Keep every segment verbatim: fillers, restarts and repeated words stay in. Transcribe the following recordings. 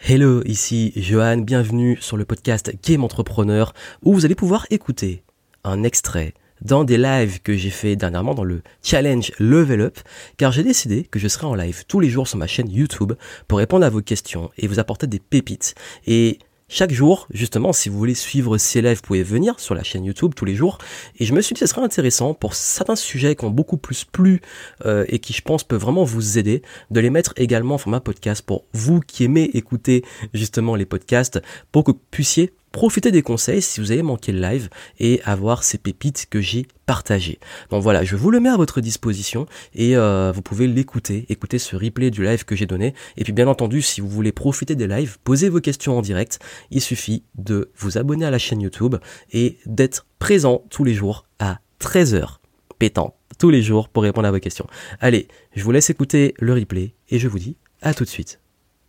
Hello, ici Johan, bienvenue sur le podcast Game Entrepreneur où vous allez pouvoir écouter un extrait d'un des lives que j'ai fait dernièrement dans le challenge Level Up, car j'ai décidé que je serai en live tous les jours sur ma chaîne YouTube pour répondre à vos questions et vous apporter des pépites. Et chaque jour, justement, si vous voulez suivre ces lives, vous pouvez venir sur la chaîne YouTube tous les jours. Et je me suis dit que ce serait intéressant pour certains sujets qui ont beaucoup plus plu euh, et qui, je pense, peuvent vraiment vous aider, de les mettre également en format podcast pour vous qui aimez écouter justement les podcasts, pour que vous puissiez profiter des conseils si vous avez manqué le live et avoir ces pépites que j'ai partagées. Donc voilà, je vous le mets à votre disposition et euh, vous pouvez l'écouter, écouter ce replay du live que j'ai donné. Et puis bien entendu, si vous voulez profiter des lives, poser vos questions en direct, il suffit de vous abonner à la chaîne YouTube et d'être présent tous les jours à treize heures pétant, tous les jours pour répondre à vos questions. Allez, je vous laisse écouter le replay et je vous dis à tout de suite.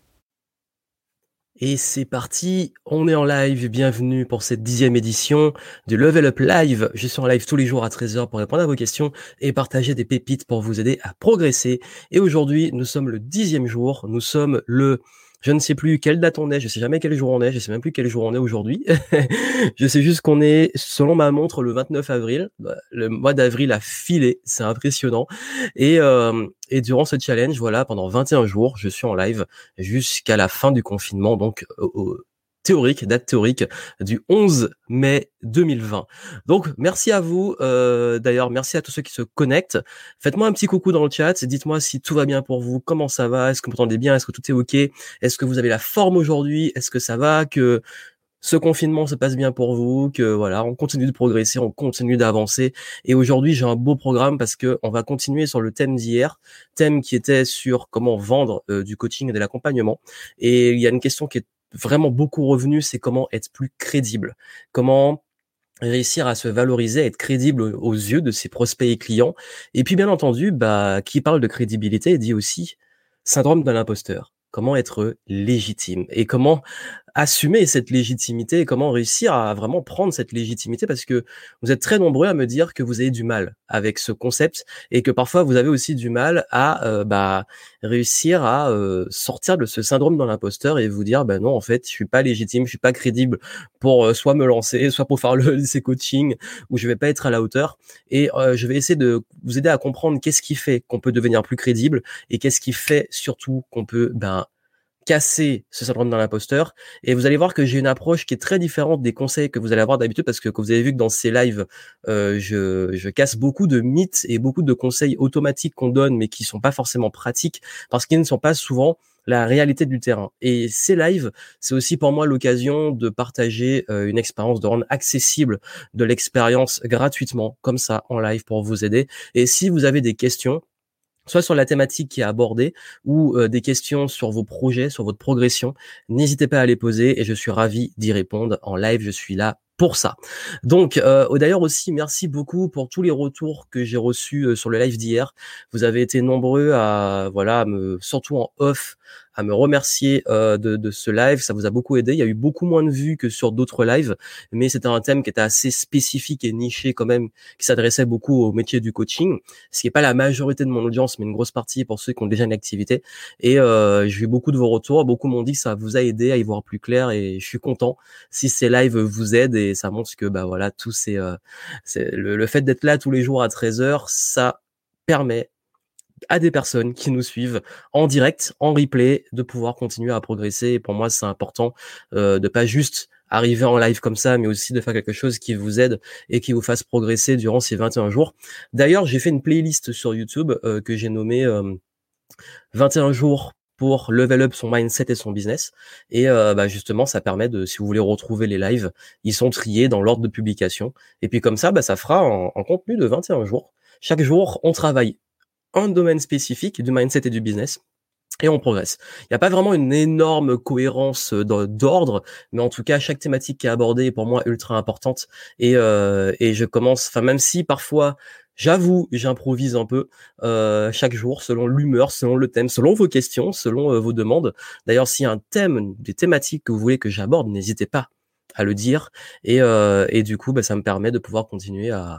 Et c'est parti, on est en live, bienvenue pour cette dixième édition du Level Up Live. Je suis en live tous les jours à treize heures pour répondre à vos questions et partager des pépites pour vous aider à progresser. Et aujourd'hui, nous sommes le dixième jour, nous sommes le... Je ne sais plus quelle date on est, je sais jamais quel jour on est, je sais même plus quel jour on est aujourd'hui. Je sais juste qu'on est, selon ma montre, le vingt-neuf avril. Le mois d'avril a filé, c'est impressionnant. Et, euh, et durant ce challenge, voilà, pendant vingt et un jours, je suis en live jusqu'à la fin du confinement, donc au, théorique, date théorique du onze mai deux mille vingt. Donc merci à vous, euh, d'ailleurs merci à tous ceux qui se connectent. Faites-moi un petit coucou dans le chat, dites-moi si tout va bien pour vous, comment ça va, est-ce que vous m'entendez bien, est-ce que tout est ok, est-ce que vous avez la forme aujourd'hui, est-ce que ça va, que ce confinement se passe bien pour vous, que voilà, on continue de progresser, on continue d'avancer. Et aujourd'hui, j'ai un beau programme parce que on va continuer sur le thème d'hier, thème qui était sur comment vendre euh, du coaching et de l'accompagnement. Et il y a une question qui est vraiment beaucoup revenue, c'est comment être plus crédible, comment réussir à se valoriser, à être crédible aux yeux de ses prospects et clients. Et puis bien entendu, bah qui parle de crédibilité dit aussi syndrome de l'imposteur. Comment être légitime et comment assumer cette légitimité et comment réussir à vraiment prendre cette légitimité, parce que vous êtes très nombreux à me dire que vous avez du mal avec ce concept et que parfois vous avez aussi du mal à euh, bah réussir à euh, sortir de ce syndrome de l'imposteur et vous dire bah non, en fait je suis pas légitime, je suis pas crédible pour euh, soit me lancer, soit pour faire le lycée coaching, ou je vais pas être à la hauteur. Et euh, je vais essayer de vous aider à comprendre qu'est-ce qui fait qu'on peut devenir plus crédible et qu'est-ce qui fait surtout qu'on peut ben casser ce syndrome de l'imposteur. Et vous allez voir que j'ai une approche qui est très différente des conseils que vous allez avoir d'habitude, parce que comme vous avez vu que dans ces lives, euh, je, je casse beaucoup de mythes et beaucoup de conseils automatiques qu'on donne, mais qui sont pas forcément pratiques, parce qu'ils ne sont pas souvent la réalité du terrain. Et ces lives, c'est aussi pour moi l'occasion de partager euh, une expérience, de rendre accessible de l'expérience gratuitement, comme ça, en live, pour vous aider. Et si vous avez des questions, soit sur la thématique qui est abordée ou euh, des questions sur vos projets, sur votre progression, n'hésitez pas à les poser et je suis ravi d'y répondre en live. Je suis là pour ça. Donc, euh, d'ailleurs aussi, merci beaucoup pour tous les retours que j'ai reçus euh, sur le live d'hier. Vous avez été nombreux à, voilà, à me, surtout en off, à me remercier euh, de, de ce live. Ça vous a beaucoup aidé. Il y a eu beaucoup moins de vues que sur d'autres lives, mais c'était un thème qui était assez spécifique et niché quand même, qui s'adressait beaucoup au métier du coaching, ce qui n'est pas la majorité de mon audience, mais une grosse partie pour ceux qui ont déjà une activité. Et euh, j'ai eu beaucoup de vos retours. Beaucoup m'ont dit que ça vous a aidé à y voir plus clair, et je suis content si ces lives vous aident, et ça montre que bah voilà, tout c'est, euh, c'est le, le fait d'être là tous les jours à treize heures, ça permet à des personnes qui nous suivent en direct, en replay, de pouvoir continuer à progresser. Et pour moi, c'est important euh, de pas juste arriver en live comme ça, mais aussi de faire quelque chose qui vous aide et qui vous fasse progresser durant ces vingt et un jours. D'ailleurs, j'ai fait une playlist sur YouTube euh, que j'ai nommée euh, vingt et un jours pour level up son mindset et son business. Et euh, bah justement, ça permet de, si vous voulez retrouver les lives, ils sont triés dans l'ordre de publication. Et puis comme ça, bah ça fera un, un contenu de vingt et un jours. Chaque jour, on travaille un domaine spécifique du mindset et du business, et on progresse. Il n'y a pas vraiment une énorme cohérence d'ordre, mais en tout cas, chaque thématique qui est abordée est pour moi ultra importante. Et, euh, et je commence, enfin même si parfois, j'avoue, j'improvise un peu euh, chaque jour, selon l'humeur, selon le thème, selon vos questions, selon euh, vos demandes. D'ailleurs, s'il y a un thème, des thématiques que vous voulez que j'aborde, n'hésitez pas à le dire. Et, euh, et du coup, bah, ça me permet de pouvoir continuer à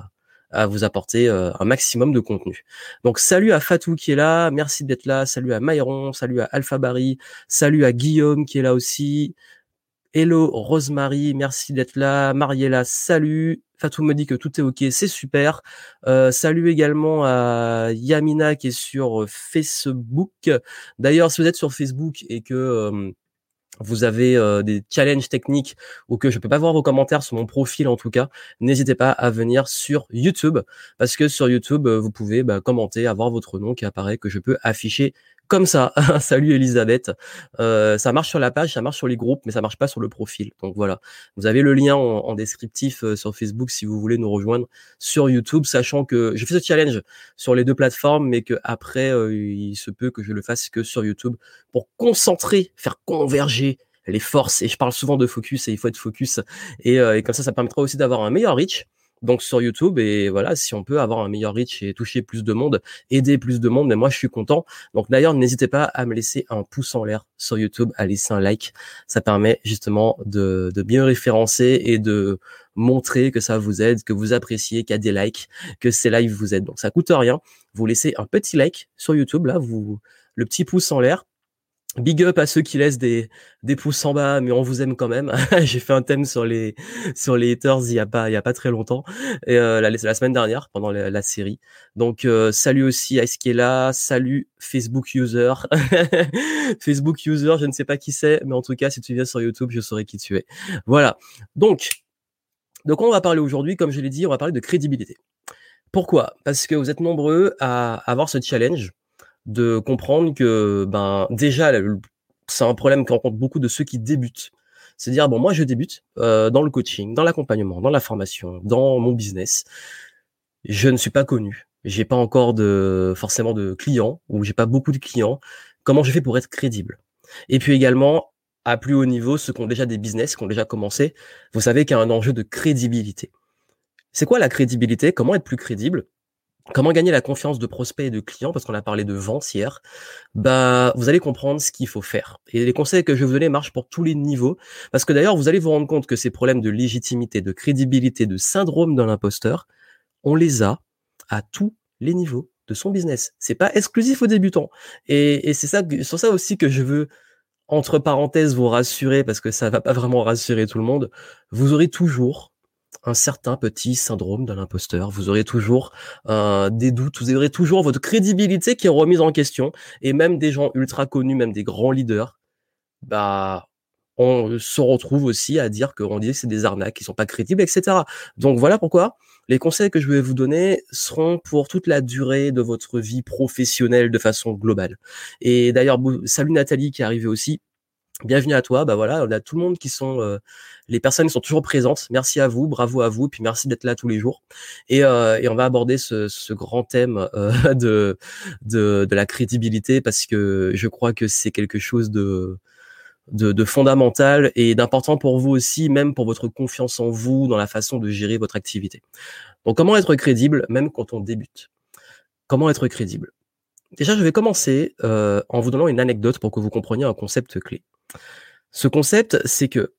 à vous apporter euh, un maximum de contenu. Donc salut à Fatou qui est là, merci d'être là, salut à Myron, salut à Alpha Barry, salut à Guillaume qui est là aussi. Hello Rosemary, merci d'être là. Mariella, salut. Fatou me dit que tout est ok, c'est super. Euh, salut également à Yamina qui est sur Facebook. D'ailleurs, si vous êtes sur Facebook et que euh, vous avez euh, des challenges techniques ou que je peux pas voir vos commentaires sur mon profil en tout cas, n'hésitez pas à venir sur YouTube parce que sur YouTube, vous pouvez bah, commenter, avoir votre nom qui apparaît, que je peux afficher comme ça. Salut Elisabeth. Euh, ça marche sur la page, ça marche sur les groupes, mais ça marche pas sur le profil. Donc voilà, vous avez le lien en, en descriptif euh, sur Facebook si vous voulez nous rejoindre sur YouTube, sachant que je fais ce challenge sur les deux plateformes, mais que après euh, il se peut que je le fasse que sur YouTube pour concentrer, faire converger les forces. Et je parle souvent de focus et il faut être focus. Et, euh, et comme ça, ça permettra aussi d'avoir un meilleur reach. Donc sur YouTube, et voilà, si on peut avoir un meilleur reach et toucher plus de monde, aider plus de monde, mais moi je suis content. Donc d'ailleurs, n'hésitez pas à me laisser un pouce en l'air sur YouTube, à laisser un like. Ça permet justement de, de bien référencer et de montrer que ça vous aide, que vous appréciez, qu'il y a des likes, que ces lives vous aident. Donc ça coûte rien. Vous laissez un petit like sur YouTube, là, vous le petit pouce en l'air. Big up à ceux qui laissent des des pouces en bas, mais on vous aime quand même. J'ai fait un thème sur les sur les haters il y a pas il y a pas très longtemps, et euh, la, la semaine dernière pendant la, la série. Donc euh, salut aussi à ce qui est là, salut Facebook user, Facebook user, je ne sais pas qui c'est, mais en tout cas si tu viens sur YouTube, je saurai qui tu es. Voilà. Donc donc on va parler aujourd'hui, comme je l'ai dit, on va parler de crédibilité. Pourquoi ? Parce que vous êtes nombreux à avoir ce challenge de comprendre que ben déjà c'est un problème que rencontrent beaucoup de ceux qui débutent. C'est dire bon moi je débute euh, dans le coaching, dans l'accompagnement, dans la formation, dans mon business. Je ne suis pas connu, j'ai pas encore de forcément de clients ou j'ai pas beaucoup de clients. Comment je fais pour être crédible ? Et puis également à plus haut niveau, ceux qui ont déjà des business, qui ont déjà commencé, vous savez qu'il y a un enjeu de crédibilité. C'est quoi la crédibilité ? Comment être plus crédible ? Comment gagner la confiance de prospects et de clients, parce qu'on a parlé de vente hier, bah, vous allez comprendre ce qu'il faut faire. Et les conseils que je vais vous donner marchent pour tous les niveaux, parce que d'ailleurs, vous allez vous rendre compte que ces problèmes de légitimité, de crédibilité, de syndrome de l'imposteur, on les a à tous les niveaux de son business. C'est pas exclusif aux débutants. Et, et c'est ça, sur ça aussi que je veux, entre parenthèses, vous rassurer, parce que ça va pas vraiment rassurer tout le monde. Vous aurez toujours un certain petit syndrome de l'imposteur. Vous aurez toujours euh, des doutes, vous aurez toujours votre crédibilité qui est remise en question. Et même des gens ultra connus, même des grands leaders, bah, on se retrouve aussi à dire qu'on dit que c'est des arnaques, qu'ils sont pas crédibles, et cetera. Donc voilà pourquoi les conseils que je vais vous donner seront pour toute la durée de votre vie professionnelle de façon globale. Et d'ailleurs, salut Nathalie qui est arrivée aussi. Bienvenue à toi. Bah voilà, on a tout le monde qui sont, euh, les personnes qui sont toujours présentes. Merci à vous, bravo à vous, et puis merci d'être là tous les jours. Et, euh, et on va aborder ce, ce grand thème euh, de, de de la crédibilité parce que je crois que c'est quelque chose de de, de fondamental et d'important pour vous aussi, même pour votre confiance en vous, dans la façon de gérer votre activité. Donc, comment être crédible, même quand on débute ? Comment être crédible ? Déjà, je vais commencer euh, en vous donnant une anecdote pour que vous compreniez un concept clé. Ce concept, c'est que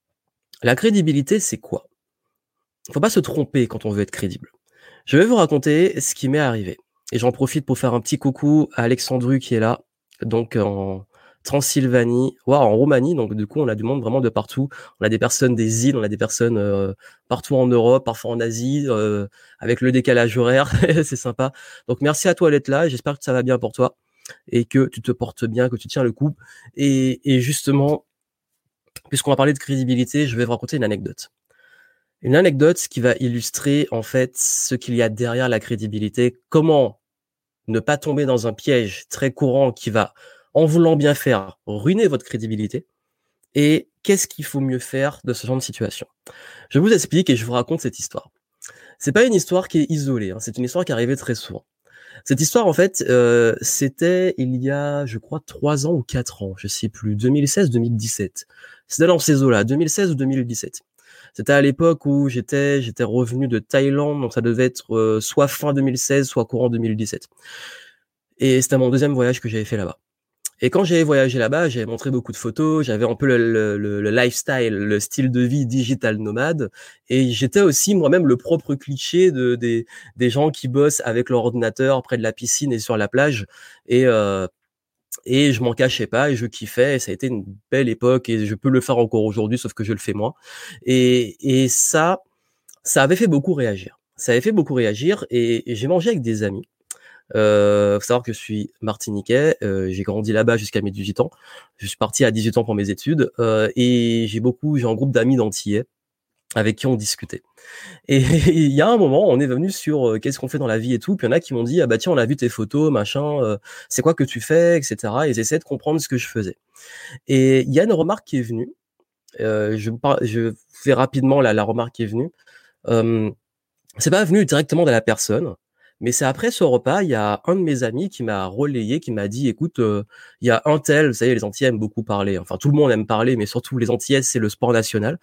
la crédibilité, c'est quoi ? Il ne faut pas se tromper quand on veut être crédible. Je vais vous raconter ce qui m'est arrivé. Et j'en profite pour faire un petit coucou à Alexandru qui est là, donc en Transylvanie, voire en Roumanie. Donc du coup, on a du monde vraiment de partout. On a des personnes des îles, on a des personnes euh, partout en Europe, parfois en Asie, euh, avec le décalage horaire. C'est sympa. Donc merci à toi d'être là. J'espère que ça va bien pour toi et que tu te portes bien, que tu tiens le coup. Et, et justement, puisqu'on va parler de crédibilité, je vais vous raconter une anecdote. Une anecdote qui va illustrer en fait ce qu'il y a derrière la crédibilité, comment ne pas tomber dans un piège très courant qui va, en voulant bien faire, ruiner votre crédibilité, et qu'est-ce qu'il faut mieux faire de ce genre de situation. Je vous explique et je vous raconte cette histoire. C'est pas une histoire qui est isolée, hein, c'est une histoire qui arrivait très souvent. Cette histoire, en fait, euh, c'était il y a, je crois, trois ans ou quatre ans, je sais plus, deux mille seize deux mille dix-sept. C'était dans ces eaux-là, deux mille seize ou deux mille dix-sept. C'était à l'époque où j'étais j'étais revenu de Thaïlande, donc ça devait être euh, soit fin deux mille seize, soit courant deux mille dix-sept. Et c'était mon deuxième voyage que j'avais fait là-bas. Et quand j'avais voyagé là-bas, j'avais montré beaucoup de photos, j'avais un peu le, le, le, le lifestyle, le style de vie digital nomade, et j'étais aussi moi-même le propre cliché de des des gens qui bossent avec leur ordinateur près de la piscine et sur la plage, et euh, et je m'en cachais pas et je kiffais, et ça a été une belle époque et je peux le faire encore aujourd'hui, sauf que je le fais moins. Et et ça, ça avait fait beaucoup réagir. Ça avait fait beaucoup réagir, et, et j'ai mangé avec des amis. Euh, faut savoir que je suis martiniquais, euh, j'ai grandi là-bas jusqu'à mes dix-huit ans. Je suis parti à dix-huit ans pour mes études, euh, et j'ai beaucoup, j'ai un groupe d'amis d'antillais avec qui on discutait. Et il y a un moment, on est venu sur euh, qu'est-ce qu'on fait dans la vie et tout, puis il y en a qui m'ont dit ah bah tiens, on a vu tes photos, machin, euh, c'est quoi que tu fais, et cetera. Et ils essaient de comprendre ce que je faisais. Et il y a une remarque qui est venue. Euh, je, par... je fais rapidement la, la remarque qui est venue. Euh, c'est pas venu directement de la personne, mais c'est après ce repas, il y a un de mes amis qui m'a relayé, qui m'a dit, écoute, euh, il y a un tel, vous savez, les Antillais aiment beaucoup parler. Enfin, tout le monde aime parler, mais surtout les Antillais, c'est le sport national.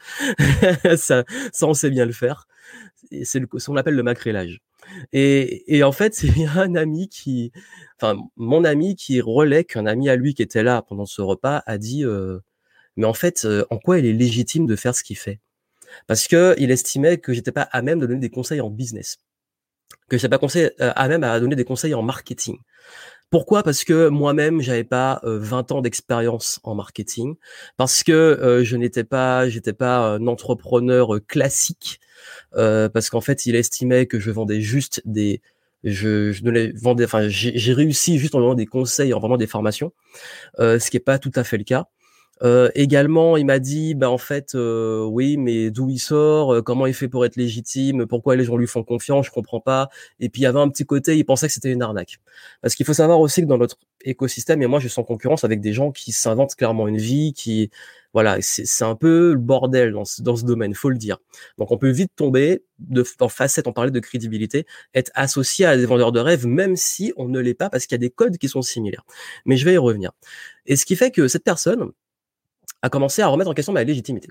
ça, ça, on sait bien le faire. Et c'est le, ce qu'on appelle le macrélage. Et, et en fait, il y a un ami qui, enfin, mon ami qui relaie qu'un ami à lui qui était là pendant ce repas a dit, euh, mais en fait, euh, en quoi il est légitime de faire ce qu'il fait? Parce que il estimait que j'étais pas à même de donner des conseils en business, que j'étais pas conseil, euh, à même à donner des conseils en marketing. Pourquoi? Parce que moi-même, j'avais pas euh, vingt ans d'expérience en marketing, parce que euh, je n'étais pas, j'étais pas un entrepreneur euh, classique, euh, parce qu'en fait, il estimait que je vendais juste des, je, je donnais, vendais, enfin, j'ai, j'ai réussi juste en donnant des conseils, en vendant des formations, euh, ce qui est pas tout à fait le cas. Euh, également, il m'a dit, bah en fait, euh, oui, mais d'où il sort, euh, comment il fait pour être légitime, pourquoi les gens lui font confiance, je comprends pas. Et puis il y avait un petit côté, il pensait que c'était une arnaque. Parce qu'il faut savoir aussi que dans notre écosystème, et moi je suis en concurrence avec des gens qui s'inventent clairement une vie, qui, voilà, c'est, c'est un peu le bordel dans ce, dans ce domaine, faut le dire. Donc on peut vite tomber de, en facette, on parlait de crédibilité, être associé à des vendeurs de rêves, même si on ne l'est pas, parce qu'il y a des codes qui sont similaires. Mais je vais y revenir. Et ce qui fait que cette personne a commencé à remettre en question ma légitimité.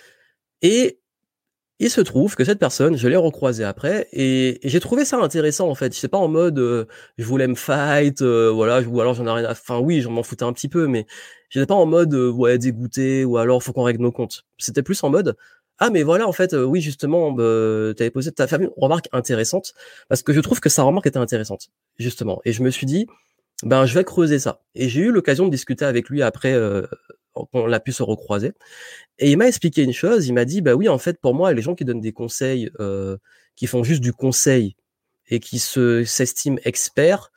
Et il se trouve que cette personne, je l'ai recroisée après, et, et j'ai trouvé ça intéressant en fait. C'est pas en mode euh, je voulais me fight, euh, voilà, ou alors j'en ai rien à. Enfin oui, j'en m'en foutais un petit peu, mais j'étais pas en mode euh, ouais dégoûté, ou alors faut qu'on règle nos comptes. C'était plus en mode ah mais voilà en fait euh, oui justement euh, t'avais posé t'as fait une remarque intéressante, parce que je trouve que sa remarque était intéressante justement, et je me suis dit ben je vais creuser ça. Et j'ai eu l'occasion de discuter avec lui après euh, qu'on a pu se recroiser. Et il m'a expliqué une chose, il m'a dit, bah oui, en fait, pour moi, les gens qui donnent des conseils, euh, qui font juste du conseil et qui se s'estiment experts,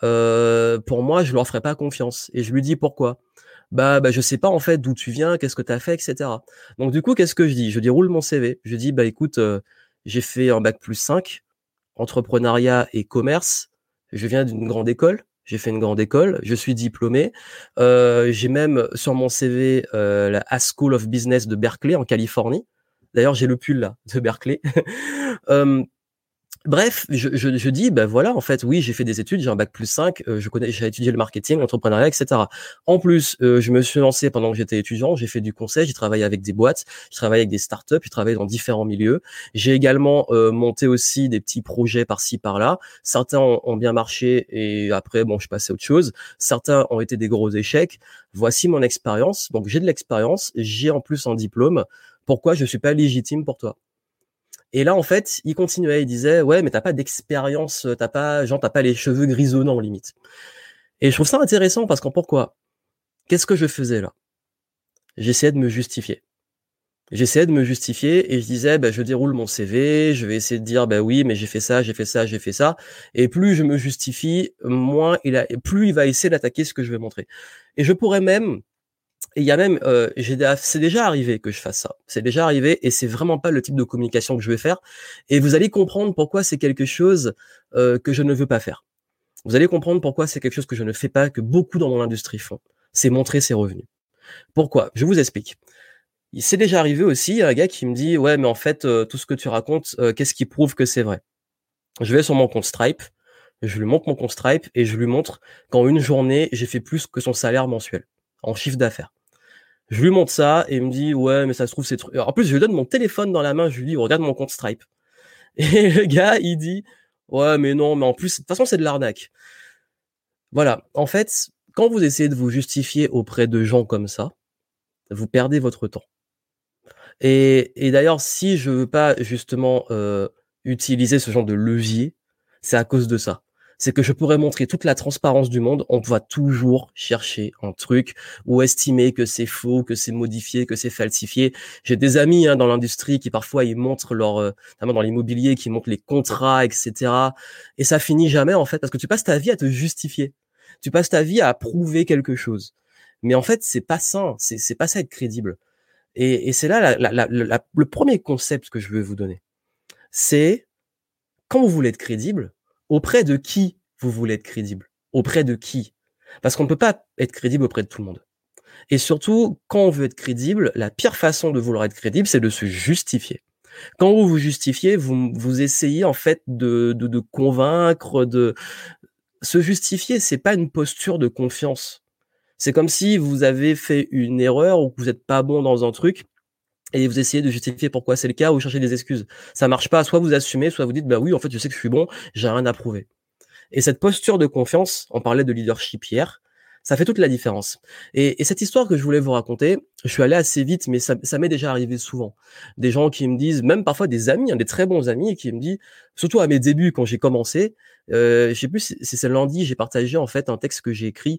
euh, pour moi, je leur ferai pas confiance. Et je lui dis pourquoi. Bah, bah, je sais pas en fait d'où tu viens, qu'est-ce que tu as fait, et cetera. Donc du coup, qu'est-ce que je dis? Je déroule mon C V. Je dis, bah écoute, euh, j'ai fait un bac plus cinq, entrepreneuriat et commerce. Je viens d'une grande école. J'ai fait une grande école, je suis diplômé. Euh, j'ai même sur mon C V euh, la A School of Business de Berkeley en Californie. D'ailleurs, j'ai le pull là de Berkeley. euh, Bref, je, je, je dis, ben voilà, en fait, oui, j'ai fait des études, j'ai un bac plus cinq, euh, je connais, j'ai étudié le marketing, l'entrepreneuriat, et cetera. En plus, euh, je me suis lancé pendant que j'étais étudiant, j'ai fait du conseil, j'ai travaillé avec des boîtes, j'ai travaillé avec des startups, j'ai travaillé dans différents milieux. J'ai également euh, monté aussi des petits projets par-ci, par-là. Certains ont, ont bien marché et après, bon, je passais à autre chose. Certains ont été des gros échecs. Voici mon expérience. Donc, j'ai de l'expérience, j'ai en plus un diplôme. Pourquoi je suis pas légitime pour toi? Et là, en fait, il continuait, il disait, ouais, mais t'as pas d'expérience, t'as pas, genre, t'as pas les cheveux grisonnants, limite. Et je trouve ça intéressant parce qu'en pourquoi? Qu'est-ce que je faisais là? J'essayais de me justifier. J'essayais de me justifier et je disais, bah, je déroule mon C V, je vais essayer de dire, bah oui, mais j'ai fait ça, j'ai fait ça, j'ai fait ça. Et plus je me justifie, moins il a, plus il va essayer d'attaquer ce que je vais montrer. Et je pourrais même, et il y a même, euh, j'ai, c'est déjà arrivé que je fasse ça. C'est déjà arrivé et c'est vraiment pas le type de communication que je vais faire. Et vous allez comprendre pourquoi c'est quelque chose euh, que je ne veux pas faire. Vous allez comprendre pourquoi c'est quelque chose que je ne fais pas, que beaucoup dans mon industrie font. C'est montrer ses revenus. Pourquoi? Je vous explique. Il s'est déjà arrivé aussi, il y a un gars qui me dit, ouais, mais en fait, euh, tout ce que tu racontes, euh, qu'est-ce qui prouve que c'est vrai? Je vais sur mon compte Stripe, je lui montre mon compte Stripe et je lui montre qu'en une journée, j'ai fait plus que son salaire mensuel en chiffre d'affaires. Je lui montre ça et il me dit ouais mais ça se trouve c'est truc. En plus je lui donne mon téléphone dans la main, je lui dis regarde mon compte Stripe. Et le gars il dit ouais mais non mais en plus de toute façon c'est de l'arnaque. Voilà, en fait quand vous essayez de vous justifier auprès de gens comme ça, vous perdez votre temps. Et et d'ailleurs, si je veux pas justement, heu, utiliser ce genre de levier, c'est à cause de ça. C'est que je pourrais montrer toute la transparence du monde, on va toujours chercher un truc ou estimer que c'est faux, que c'est modifié, que c'est falsifié. J'ai des amis, hein, dans l'industrie qui parfois ils montrent leur, heu, notamment dans l'immobilier, qui montrent les contrats et cetera et ça finit jamais en fait, parce que tu passes ta vie à te justifier. Tu passes ta vie à prouver quelque chose. Mais en fait, c'est pas sain, c'est c'est pas ça être crédible. Et, et c'est là la, la, la, la- le premier concept que je veux vous donner. C'est quand vous voulez être crédible, auprès de qui vous voulez être crédible? Auprès de qui? Parce qu'on ne peut pas être crédible auprès de tout le monde. Et surtout, quand on veut être crédible, la pire façon de vouloir être crédible, c'est de se justifier. Quand vous vous justifiez, vous, vous essayez en fait de, de, de convaincre, de se justifier. C'est pas une posture de confiance. C'est comme si vous avez fait une erreur ou que vous n'êtes pas bon dans un truc et vous essayez de justifier pourquoi c'est le cas ou chercher des excuses. Ça marche pas. Soit vous assumez, soit vous dites, bah oui, en fait, je sais que je suis bon, j'ai rien à prouver. Et cette posture de confiance, on parlait de leadership hier, ça fait toute la différence. Et, et cette histoire que je voulais vous raconter, je suis allé assez vite, mais ça, ça m'est déjà arrivé souvent. Des gens qui me disent, même parfois des amis, hein, des très bons amis, qui me disent, surtout à mes débuts quand j'ai commencé, euh, je sais plus si si c'est lundi, j'ai partagé en fait un texte que j'ai écrit.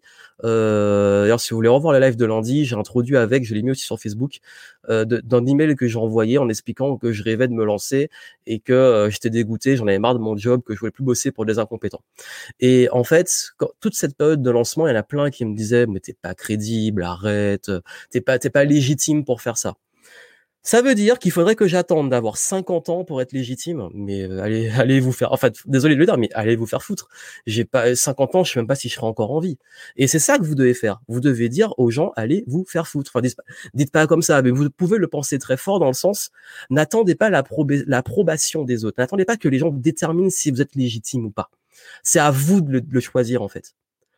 Euh, d'ailleurs, si vous voulez revoir le live de lundi, j'ai introduit avec, je l'ai mis aussi sur Facebook, euh, de- d'un email que j'ai envoyé en expliquant que je rêvais de me lancer et que euh, j'étais dégoûté, j'en avais marre de mon job, que je voulais plus bosser pour des incompétents. Et en fait, quand, toute cette période de lancement, il y en a plein qui me disaient, mais t'es pas crédible, arrête, t'es pas, t'es pas légitime pour faire ça. Ça veut dire qu'il faudrait que j'attende d'avoir cinquante ans pour être légitime. Mais euh, allez, allez vous faire, en fait, désolé de le dire, mais allez vous faire foutre. J'ai pas cinquante ans, je sais même pas si je serai encore en vie. Et c'est ça que vous devez faire. Vous devez dire aux gens, allez vous faire foutre. Enfin, dites pas, dites pas comme ça, mais vous pouvez le penser très fort dans le sens, n'attendez pas l'approbé- l'approbation des autres. N'attendez pas que les gens déterminent si vous êtes légitime ou pas. C'est à vous de le, de le choisir, en fait.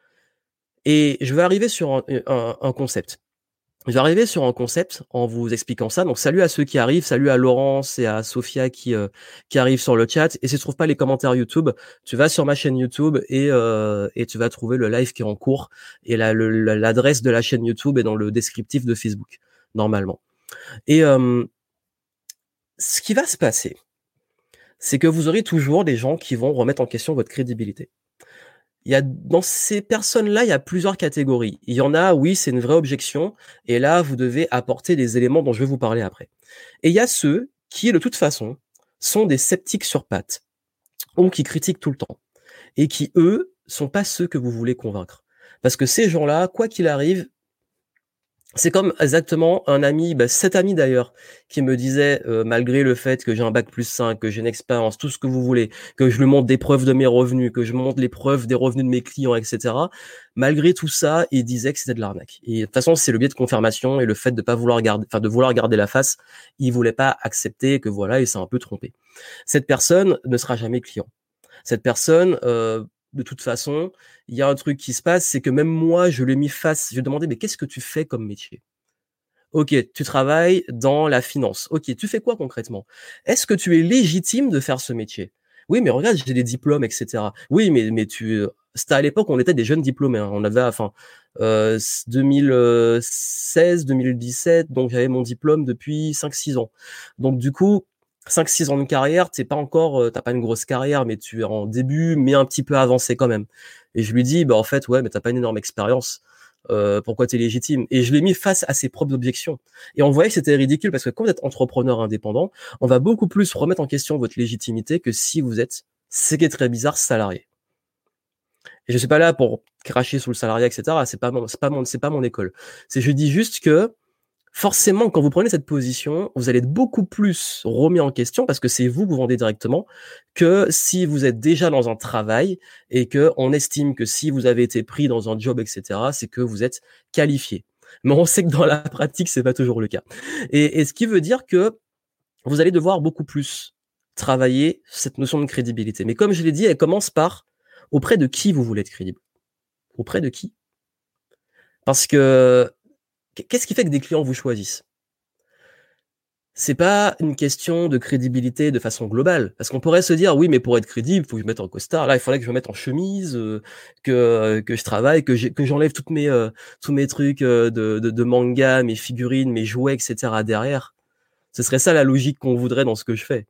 Et je vais arriver sur un, un, un concept. Je vais arriver sur un concept en vous expliquant ça. Donc, salut à ceux qui arrivent, salut à Laurence et à Sophia qui euh, qui arrivent sur le chat. Et si tu trouves pas les commentaires YouTube, tu vas sur ma chaîne YouTube et euh, et tu vas trouver le live qui est en cours. Et la, le- la- l'adresse de la chaîne YouTube est dans le descriptif de Facebook, normalement. Et euh, ce qui va se passer, c'est que vous aurez toujours des gens qui vont remettre en question votre crédibilité. Il y a dans ces personnes-là, il y a plusieurs catégories. Il y en a, oui, c'est une vraie objection, et là, vous devez apporter des éléments dont je vais vous parler après. Et il y a ceux qui, de toute façon, sont des sceptiques sur pattes, ou qui critiquent tout le temps, et qui, eux, sont pas ceux que vous voulez convaincre. Parce que ces gens-là, quoi qu'il arrive, c'est comme exactement un ami, bah, cet ami d'ailleurs, qui me disait, euh, malgré le fait que j'ai un bac plus cinq, que j'ai une expérience, tout ce que vous voulez, que je lui montre des preuves de mes revenus, que je montre les preuves des revenus de mes clients, et cetera. Malgré tout ça, il disait que c'était de l'arnaque. Et de toute façon, c'est le biais de confirmation et le fait de pas vouloir garder, enfin de vouloir garder la face, il voulait pas accepter que voilà, il s'est un peu trompé. Cette personne ne sera jamais client. Cette personne, euh, de toute façon, il y a un truc qui se passe, c'est que même moi, je l'ai mis face. Je lui ai demandé, mais qu'est-ce que tu fais comme métier? Ok, tu travailles dans la finance. Ok, tu fais quoi concrètement? Est-ce que tu es légitime de faire ce métier? Oui, mais regarde, j'ai des diplômes, et cetera. Oui, mais mais tu, euh, c'était à l'époque, on était des jeunes diplômés. Hein. On avait, enfin, euh, deux mille seize, deux mille dix-sept, donc j'avais mon diplôme depuis cinq six ans. Donc du coup, cinq six ans de carrière, t'es pas encore, euh, t'as pas une grosse carrière, mais tu es en début, mais un petit peu avancé quand même. Et je lui dis, bah en fait, ouais, mais t'as pas une énorme expérience. Euh, pourquoi tu es légitime? Et je l'ai mis face à ses propres objections. Et on voyait que c'était ridicule parce que quand vous êtes entrepreneur indépendant, on va beaucoup plus remettre en question votre légitimité que si vous êtes, ce qui est très bizarre, salarié. Et je suis pas là pour cracher sous le salariat, et cetera. C'est pas mon, c'est pas mon, c'est pas mon école. C'est, je dis juste que forcément, quand vous prenez cette position, vous allez être beaucoup plus remis en question parce que c'est vous que vous vendez directement que si vous êtes déjà dans un travail et que on estime que si vous avez été pris dans un job, et cetera, c'est que vous êtes qualifié. Mais on sait que dans la pratique, c'est pas toujours le cas. Et, et ce qui veut dire que vous allez devoir beaucoup plus travailler cette notion de crédibilité. Mais comme je l'ai dit, elle commence par auprès de qui vous voulez être crédible. Auprès de qui? Parce que qu'est-ce qui fait que des clients vous choisissent? C'est pas une question de crédibilité de façon globale. Parce qu'on pourrait se dire: «Oui, mais pour être crédible, il faut que je me mette en costard. Là, il faudrait que je me mette en chemise, heu, que, heu, que je travaille, que j'ai que j'enlève toutes mes, heu, tous mes trucs, heu, de de de manga, mes figurines, mes jouets et cetera derrière». Ce serait ça la logique qu'on voudrait dans ce que je fais.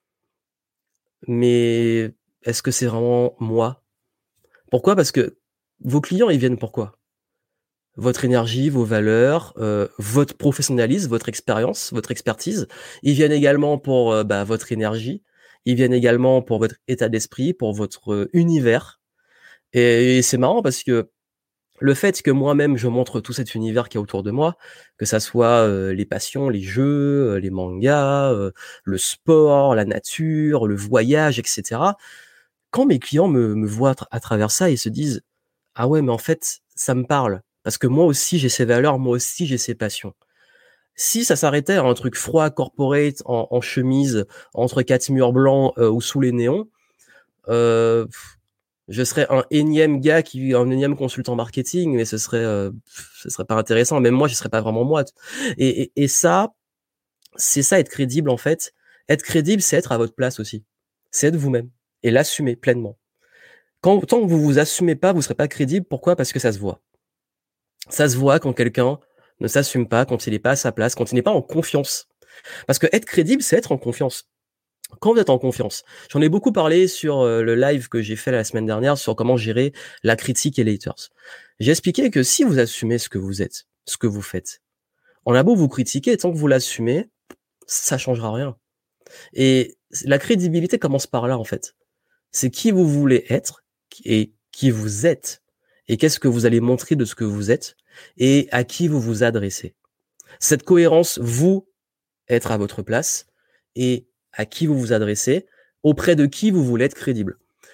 Mais est-ce que c'est vraiment moi? Pourquoi? Parce que vos clients, ils viennent pourquoi? Votre énergie, vos valeurs, heu, votre professionnalisme, votre expérience, votre expertise. Ils viennent également pour, heu, bah, votre énergie. Ils viennent également pour votre état d'esprit, pour votre, heu, univers et et c'est marrant parce que le fait que moi-même je montre tout cet univers qu'il y a autour de moi, que ça soit, heu, les passions, les jeux, heu, les mangas, heu, le sport, la nature, le voyage et cetera. Quand mes clients me me voient à tra à travers ça, ils se disent: «Ah ouais, mais en fait, ça me parle, parce que moi aussi j'ai ces valeurs, moi aussi j'ai ces passions». Si ça s'arrêtait à un truc froid, corporate, en en chemise, entre quatre murs blancs, heu, ou sous les néons, heu, je serais un énième gars qui un énième consultant marketing, mais ce serait, heu, ce serait pas intéressant. Même moi, je serais pas vraiment moi t et et et ça, c'est ça être crédible en fait. Être crédible, c'est être à votre place aussi. C'est être vous-même et l'assumer pleinement. Quand tant que vous vous assumez pas, vous serez pas crédible. Pourquoi? Parce que ça se voit. Ça se voit quand quelqu'un ne s'assume pas, quand il est pas à sa place, quand il n'est pas en confiance. Parce que être crédible, c'est être en confiance. Quand vous êtes en confiance, j'en ai beaucoup parlé sur, heu, le live que j'ai fait la semaine dernière sur comment gérer la critique et les haters. J'ai expliqué que si vous assumez ce que vous êtes, ce que vous faites, on a beau vous critiquer, tant que vous l'assumez, ça changera rien et la crédibilité commence par là, en fait. C'est qui vous voulez être et qui vous êtes et qu'est-ce que vous allez montrer de ce que vous êtes et à qui vous vous adressez. Cette cohérence, vous, être à votre place et à qui vous vous adressez, auprès de qui vous voulez être crédible.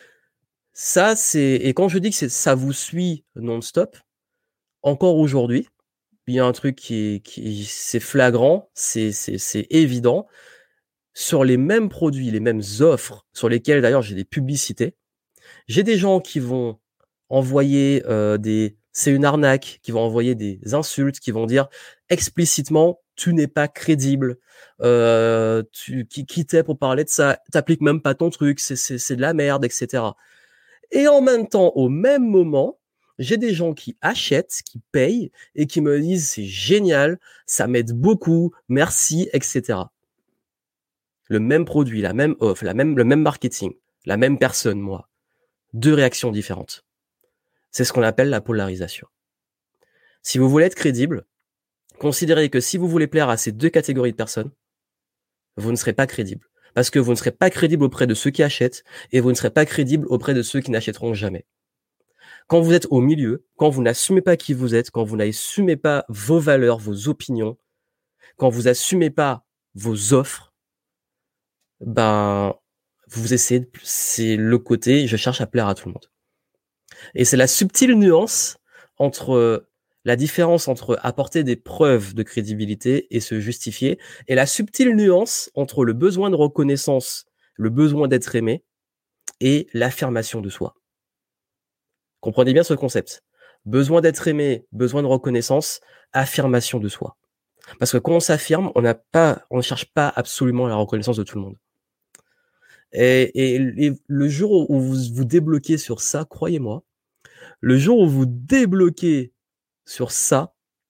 Ça, c'est et quand je dis que c'est ça vous suit non-stop, encore aujourd'hui, il y a un truc qui est qui c'est flagrant, c'est c'est c'est évident. Sur les mêmes produits, les mêmes offres, sur lesquelles d'ailleurs j'ai des publicités, j'ai des gens qui vont envoyer, heu, des c'est une arnaque, qui vont envoyer des insultes, qui vont dire explicitement: «Tu n'es pas crédible, heu, tu qui qui tu es pour parler de ça? Tu appliques même pas ton truc, c'est c'est c'est de la merde» et cetera et en même temps, au même moment, j'ai des gens qui achètent, qui payent et qui me disent: «C'est génial, ça m'aide beaucoup, merci» et cetera. Le même produit, la même offre, la même le même marketing, la même personne, moi. deux réactions différentes. C'est ce qu'on appelle la polarisation. Si vous voulez être crédible, considérez que si vous voulez plaire à ces deux catégories de personnes, vous ne serez pas crédible. Parce que vous ne serez pas crédible auprès de ceux qui achètent et vous ne serez pas crédible auprès de ceux qui n'achèteront jamais. Quand vous êtes au milieu, quand vous n'assumez pas qui vous êtes, quand vous n'assumez pas vos valeurs, vos opinions, quand vous assumez pas vos offres, ben, vous essayez de c'est le côté je cherche à plaire à tout le monde. Et c'est la subtile nuance entre la différence entre apporter des preuves de crédibilité et se justifier et la subtile nuance entre le besoin de reconnaissance, le besoin d'être aimé et l'affirmation de soi. Comprenez bien ce concept. Besoin d'être aimé, besoin de reconnaissance, affirmation de soi. Parce que quand on s'affirme, on n'a pas, on ne cherche pas absolument la reconnaissance de tout le monde. Et, et, et le jour où vous vous débloquez sur ça, croyez-moi, le jour où vous débloquez sur ça,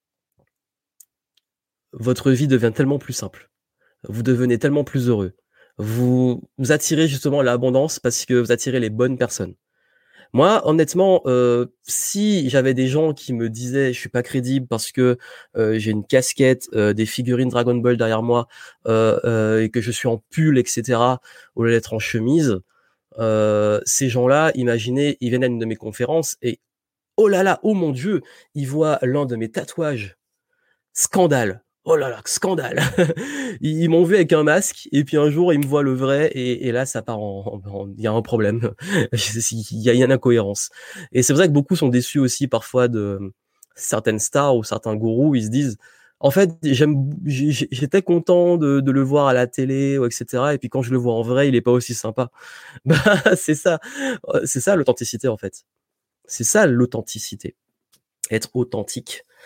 votre vie devient tellement plus simple. Vous devenez tellement plus heureux. Vous, vous attirez justement l'abondance parce que vous attirez les bonnes personnes. Moi, honnêtement, heu, si j'avais des gens qui me disaient: «Je suis pas crédible parce que, heu, j'ai une casquette, heu, des figurines Dragon Ball derrière moi, heu heu, et que je suis en pull et cetera, au lieu d'être en chemise», heu, ces gens-là, imaginez, ils viennent à une de mes conférences et oh là là, oh mon Dieu, ils voient l'un de mes tatouages. Scandale! Oh là là, scandale! Ils ils m'ont vu avec un masque et puis un jour, ils me voient le vrai et et là, ça part en en en il y a un problème. Il y a il y a une incohérence et c'est pour ça que beaucoup sont déçus aussi parfois de, mmh, certaines stars ou certains gourous. Ils se disent: «En fait, j'aime b j'ai j'ai j'étais content de de le voir à la télé ou et cetera et puis quand je le vois en vrai, il est pas aussi sympa». Bah, c'est ça, heu, c'est ça l'authenticité, en fait. C'est ça l'authenticité. Être authentique.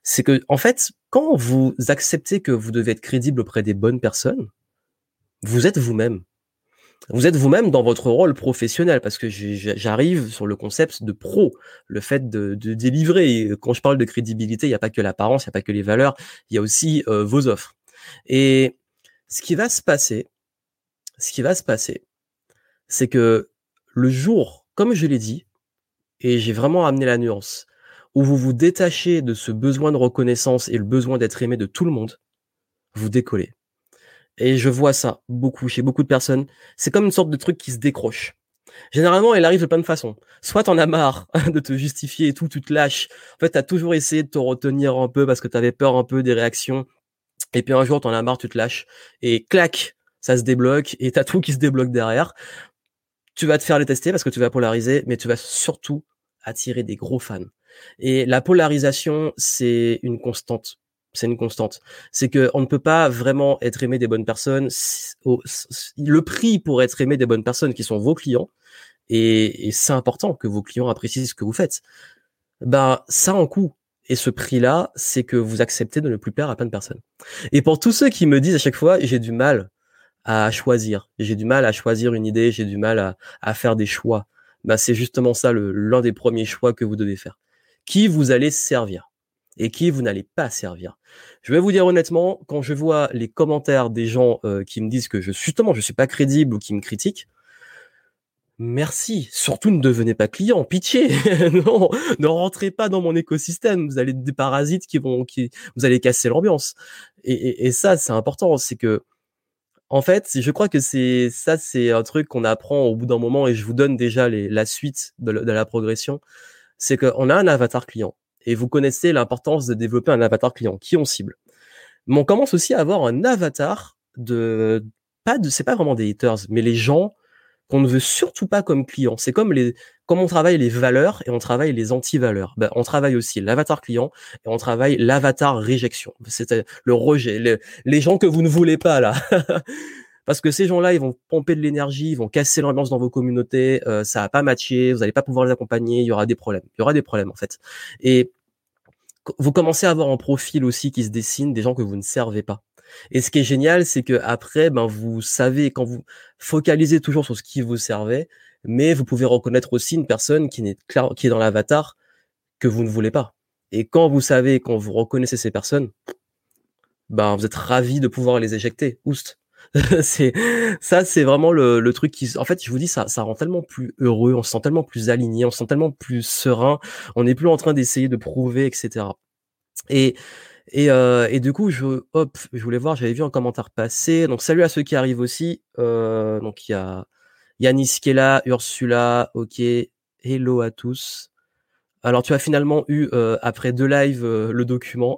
C'est que, en fait, quand vous acceptez que vous devez être crédible auprès des bonnes personnes, vous êtes vous-même. Vous êtes vous-même dans votre rôle professionnel, parce que j'ai- j'ai- j'arrive sur le concept de pro, le fait de, de délivrer. Et quand je parle de crédibilité, il n'y a pas que l'apparence, il n'y a pas que les valeurs, il y a aussi euh, vos offres. Et ce qui va se passer, ce qui va se passer, c'est que le jour, comme je l'ai dit, et j'ai vraiment amené la nuance, où vous vous détachez de ce besoin de reconnaissance et le besoin d'être aimé de tout le monde, vous décollez. Et je vois ça beaucoup chez beaucoup de personnes. C'est comme une sorte de truc qui se décroche. Généralement, elle arrive de plein de façons. Soit t'en as marre de te justifier et tout, tu te lâches. En fait, t'as toujours essayé de te retenir un peu parce que t'avais peur un peu des réactions. Et puis un jour, t'en as marre, tu te lâches. Et clac, ça se débloque et t'as tout qui se débloque derrière. Tu vas te faire détester parce que tu vas polariser, mais tu vas surtout attirer des gros fans. Et la polarisation, c'est une constante. C'est une constante. C'est que on ne peut pas vraiment être aimé des bonnes personnes. Si- au- s- Le prix pour être aimé des bonnes personnes qui sont vos clients, et, et c'est important que vos clients apprécient ce que vous faites. Ben, ça en coût. Et ce prix-là, c'est que vous acceptez de ne plus plaire à plein de personnes. Et pour tous ceux qui me disent à chaque fois, j'ai du mal à choisir, j'ai du mal à choisir une idée, j'ai du mal à, à faire des choix. Ben, c'est justement ça le, l'un des premiers choix que vous devez faire. Qui vous allez servir et qui vous n'allez pas servir. Je vais vous dire honnêtement, quand je vois les commentaires des gens euh, qui me disent que je, justement, je suis pas crédible ou qui me critiquent, merci. Surtout ne devenez pas client, pitié. Non, ne rentrez pas dans mon écosystème. Vous allez être des parasites qui vont, qui, vous allez casser l'ambiance. Et, et, et ça, c'est important. C'est que, en fait, je crois que c'est ça, c'est un truc qu'on apprend au bout d'un moment. Et je vous donne déjà les, la suite de, la- de la progression. C'est qu'on a un avatar client. Et vous connaissez l'importance de développer un avatar client qui on cible. Mais on commence aussi à avoir un avatar de, pas de, c'est pas vraiment des haters, mais les gens qu'on ne veut surtout pas comme client. C'est comme les, comme on travaille les valeurs et on travaille les anti-valeurs. Ben, on travaille aussi l'avatar client et on travaille l'avatar réjection. C'est le rejet, le- les gens que vous ne voulez pas là. Parce que ces gens-là, ils vont pomper de l'énergie, ils vont casser l'ambiance dans vos communautés, euh, ça va pas matcher, vous n'allez pas pouvoir les accompagner, il y aura des problèmes. Il y aura des problèmes en fait. Et vous commencez à avoir un profil aussi qui se dessine des gens que vous ne servez pas. Et ce qui est génial, c'est que après, ben vous savez quand vous focalisez toujours sur ce qui vous servait, mais vous pouvez reconnaître aussi une personne qui n'est clair, qui est dans l'avatar que vous ne voulez pas. Et quand vous savez, quand vous reconnaissez ces personnes, ben vous êtes ravi de pouvoir les éjecter. Oust. c'est ça, c'est vraiment le, le truc qui, en fait, je vous dis ça, ça rend tellement plus heureux, on se sent tellement plus aligné, on se sent tellement plus serein, on n'est plus en train d'essayer de prouver, et cetera. Et et, euh, et du coup, je, hop, je voulais voir, j'avais vu un commentaire passer. Donc, salut à ceux qui arrivent aussi. Euh, donc, il y a Yanis qui est là, Ursula, ok. Hello à tous. Alors, tu as finalement eu, euh, après deux lives, euh, le document.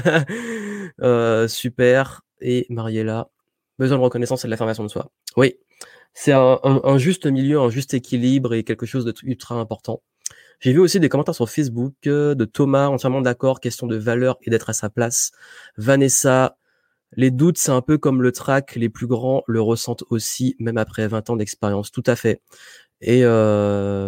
euh, super. Et Mariella, besoin de reconnaissance et de l'affirmation de soi. Oui, c'est un, un, un juste milieu, un juste équilibre et quelque chose de t- ultra important. J'ai vu aussi des commentaires sur Facebook euh, de Thomas, entièrement d'accord, question de valeur et d'être à sa place. Vanessa, les doutes, c'est un peu comme le trac, les plus grands le ressentent aussi, même après vingt ans d'expérience, tout à fait. Et euh,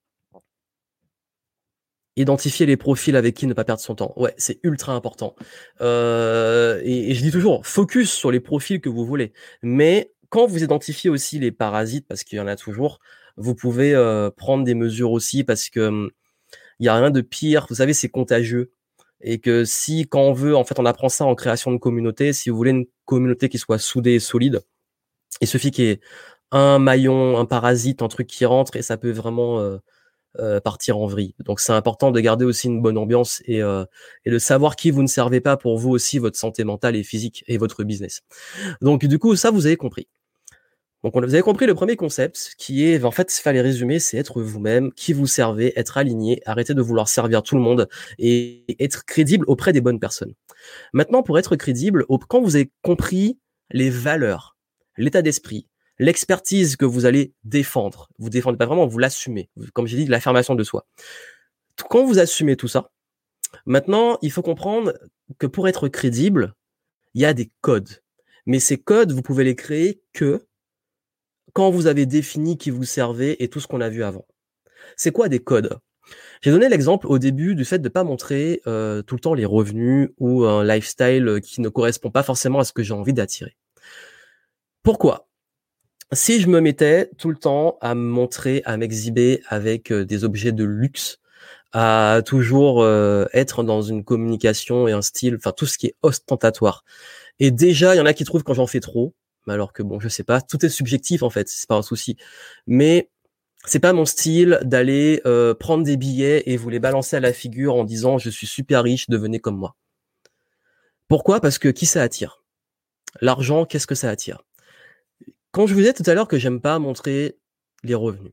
identifier les profils avec qui ne pas perdre son temps. Ouais, c'est ultra important. Euh, et, et je dis toujours, focus sur les profils que vous voulez. Mais quand vous identifiez aussi les parasites, parce qu'il y en a toujours, vous pouvez euh, prendre des mesures aussi, parce que hum, il y a rien de pire. Vous savez, c'est contagieux. Et que si, quand on veut, en fait, on apprend ça en création de communauté. Si vous voulez une communauté qui soit soudée et solide, il suffit qu'il y ait un maillon, un parasite, un truc qui rentre et ça peut vraiment euh, euh, partir en vrille. Donc, c'est important de garder aussi une bonne ambiance et, euh, et de savoir qui vous ne servez pas pour vous aussi, votre santé mentale et physique et votre business. Donc, du coup, ça, vous avez compris. Donc, on, vous avez compris le premier concept qui est, en fait, il fallait résumer, c'est être vous-même, qui vous servez, être aligné, arrêter de vouloir servir tout le monde et être crédible auprès des bonnes personnes. Maintenant, pour être crédible, quand vous avez compris les valeurs, l'état d'esprit, l'expertise que vous allez défendre, vous défendez pas vraiment, vous l'assumez. Comme j'ai dit, l'affirmation de soi. Quand vous assumez tout ça, maintenant, il faut comprendre que pour être crédible, il y a des codes. Mais ces codes, vous pouvez les créer que quand vous avez défini qui vous servez et tout ce qu'on a vu avant. C'est quoi des codes? J'ai donné l'exemple au début du fait de pas montrer, heu, tout le temps les revenus ou un lifestyle, qui ne correspond pas forcément à ce que j'ai envie d'attirer. Pourquoi? Si je me mettais tout le temps à me montrer, à m'exhiber avec, heu, des objets de luxe, à toujours, heu, être dans une communication et un style, enfin tout ce qui est ostentatoire et déjà il y en a qui trouvent quand j'en fais trop, mais alors que bon, je sais pas, tout est subjectif en fait, c'est pas un souci. Mais c'est pas mon style d'aller, heu, prendre des billets et vous les balancer à la figure en disant: «Je suis super riche, devenez comme moi». Pourquoi? Parce que qui ça attire? L'argent, qu'est-ce que ça attire? Quand je vous disais tout à l'heure que j'aime pas montrer les revenus,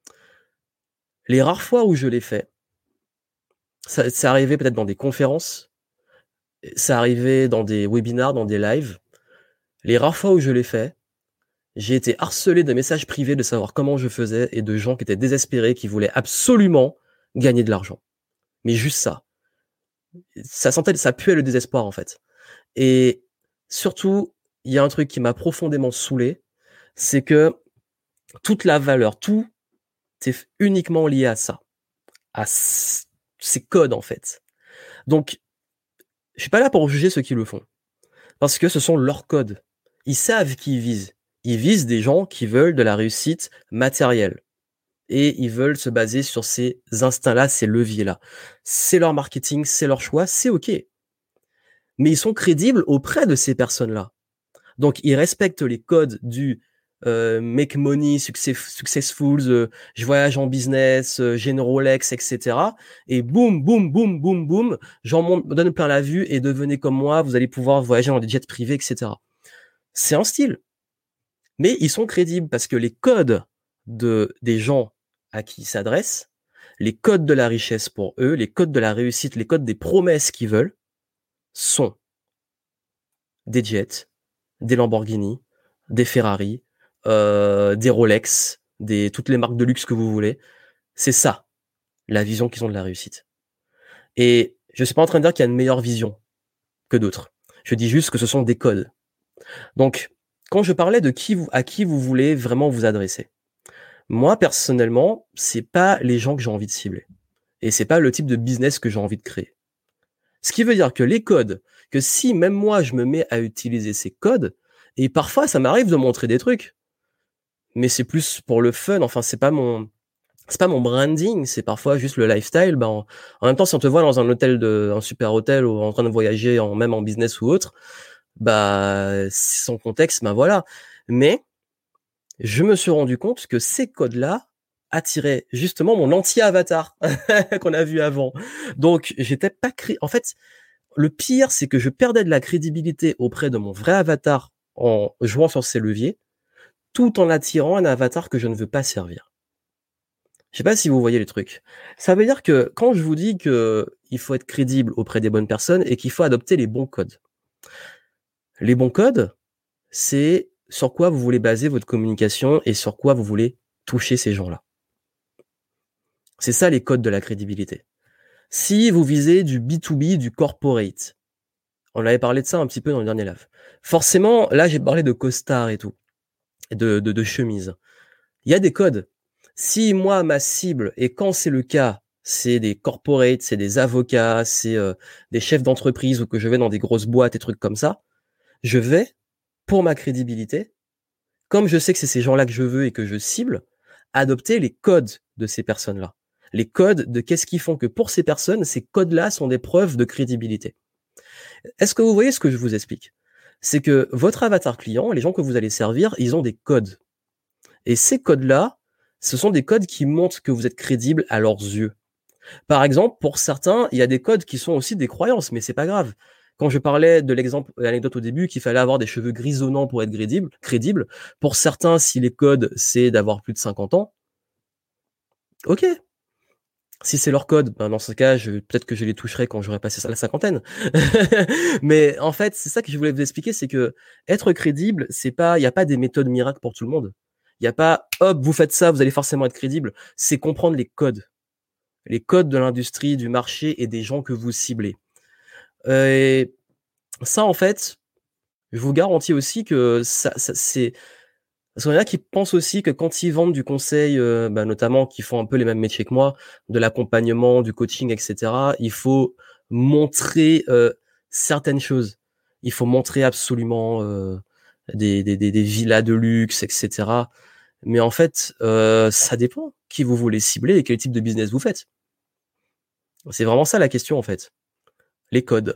les rares fois où je l'ai fait, ça c'est arrivé peut-être dans des conférences, ça arrivait dans des webinars, dans des lives. Les rares fois où je l'ai fait, j'ai été harcelé de messages privés de savoir comment je faisais et de gens qui étaient désespérés, qui voulaient absolument gagner de l'argent. Mais juste ça. Ça sentait ça puait le désespoir, en fait. Et surtout, il y a un truc qui m'a profondément saoulé, c'est que toute la valeur, tout est uniquement lié à ça, à c ces codes, en fait. Donc, je suis pas là pour juger ceux qui le font, parce que ce sont leurs codes. Ils savent qui ils visent. Ils visent des gens qui veulent de la réussite matérielle et ils veulent se baser sur ces instincts-là, ces leviers-là. C'est leur marketing, c'est leur choix, c'est OK. Mais ils sont crédibles auprès de ces personnes-là. Donc ils respectent les codes du, heu, make money, success successful, heu, je voyage en business, heu, j'ai une Rolex et cetera et boum, boum, boum, boum, boum, j'en monte donne plein la vue et devenez comme moi, vous allez pouvoir voyager dans des jets privés et cetera. C'est un style, mais ils sont crédibles parce que les codes de des gens à qui ils s'adressent, les codes de la richesse pour eux, les codes de la réussite, les codes des promesses qu'ils veulent sont des jets, des Lamborghini, des Ferrari, heu, des Rolex, des toutes les marques de luxe que vous voulez. C'est ça, la vision qu'ils ont de la réussite et je suis pas en train de dire qu'il y a une meilleure vision que d'autres. Je dis juste que ce sont des codes. Donc, quand je parlais de qui vous à qui vous voulez vraiment vous adresser, moi personnellement, c'est pas les gens que j'ai envie de cibler et c'est pas le type de business que j'ai envie de créer. Ce qui veut dire que les codes, que si même moi je me mets à utiliser ces codes et parfois ça m'arrive de montrer des trucs, mais c'est plus pour le fun, enfin c'est pas mon c'est pas mon branding, c'est parfois juste le lifestyle. Ben, en en même temps, si on te voit dans un hôtel de un super hôtel ou en train de voyager en même en business ou autre, bah, c'est son contexte, ben voilà. Mais je me suis rendu compte que ces codes-là attiraient justement mon anti-avatar qu'on a vu avant. Donc j'étais pas cré en fait, le pire, c'est que je perdais de la crédibilité auprès de mon vrai avatar en jouant sur ces leviers, tout en attirant un avatar que je ne veux pas servir. Je sais pas si vous voyez les trucs. Ça veut dire que quand je vous dis que il faut être crédible auprès des bonnes personnes et qu'il faut adopter les bons codes. Les bons codes, c'est sur quoi vous voulez baser votre communication et sur quoi vous voulez toucher ces gens-là. C'est ça les codes de la crédibilité. Si vous visez du B deux B, du corporate, on avait parlé de ça un petit peu dans le dernier live. Forcément, là, j'ai parlé de costard et tout, de, de, de chemise. Il y a des codes. Si moi, ma cible, et quand c'est le cas, c'est des corporates, c'est des avocats, c'est euh, des chefs d'entreprise ou que je vais dans des grosses boîtes et trucs comme ça, je vais, pour ma crédibilité, comme je sais que c'est ces gens-là que je veux et que je cible, adopter les codes de ces personnes-là. Les codes de qu'est-ce qui font que pour ces personnes, ces codes-là sont des preuves de crédibilité. Est-ce que vous voyez ce que je vous explique? C'est que votre avatar client, les gens que vous allez servir, ils ont des codes. Et ces codes-là, ce sont des codes qui montrent que vous êtes crédible à leurs yeux. Par exemple, pour certains, il y a des codes qui sont aussi des croyances, mais c'est pas grave. Quand je parlais de l'exemple, l'anecdote au début, qu'il fallait avoir des cheveux grisonnants pour être crédible, crédible, pour certains, si les codes, c'est d'avoir plus de cinquante ans, ok. Si c'est leur code, ben dans ce cas, je, peut-être que je les toucherai quand j'aurai passé la cinquantaine. Mais en fait, c'est ça que je voulais vous expliquer, c'est que être crédible, c'est pas, il n'y a pas des méthodes miracles pour tout le monde. Il n'y a pas, hop, vous faites ça, vous allez forcément être crédible. C'est comprendre les codes. Les codes de l'industrie, du marché et des gens que vous ciblez. Euh, et ça, en fait, je vous garantis aussi que ça, ça c'est Parce qu'il y en a qui pensent aussi que quand ils vendent du conseil, heu, bah, notamment qui font un peu les mêmes métiers que moi, de l'accompagnement, du coaching et cetera, il faut montrer, heu, certaines choses. Il faut montrer absolument, heu, des des des des villas de luxe et cetera. Mais en fait, heu, ça dépend qui vous voulez cibler et quel type de business vous faites. C'est vraiment ça la question, en fait. Les codes.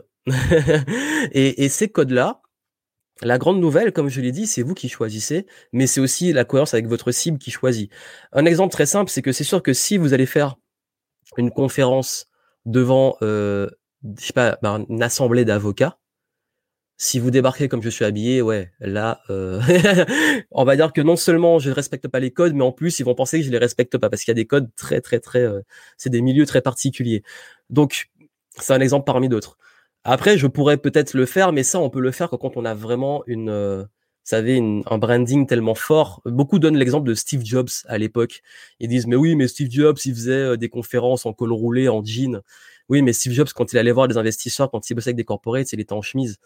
Et et ces codes-là, la grande nouvelle, comme je l'ai dit, c'est vous qui choisissez, mais c'est aussi la cohérence avec votre cible qui choisit. Un exemple très simple, c'est que c'est sûr que si vous allez faire une conférence devant, heu, je sais pas, ben, une assemblée d'avocats, si vous débarquez comme je suis habillé, ouais, là, heu, on va dire que non seulement je ne respecte pas les codes, mais en plus, ils vont penser que je les respecte pas parce qu'il y a des codes très, très, très, heu, c'est des milieux très particuliers. Donc c'est un exemple parmi d'autres. Après, je pourrais peut-être le faire, mais ça, on peut le faire que quand on a vraiment une, heu, vous savez, une un branding tellement fort. Beaucoup donnent l'exemple de Steve Jobs à l'époque. Ils disent: «Mais oui, mais Steve Jobs, il faisait, heu, des conférences en col roulé, en jean». Oui, mais Steve Jobs, quand il allait voir des investisseurs, quand il bossait avec des corporates, il était en chemise.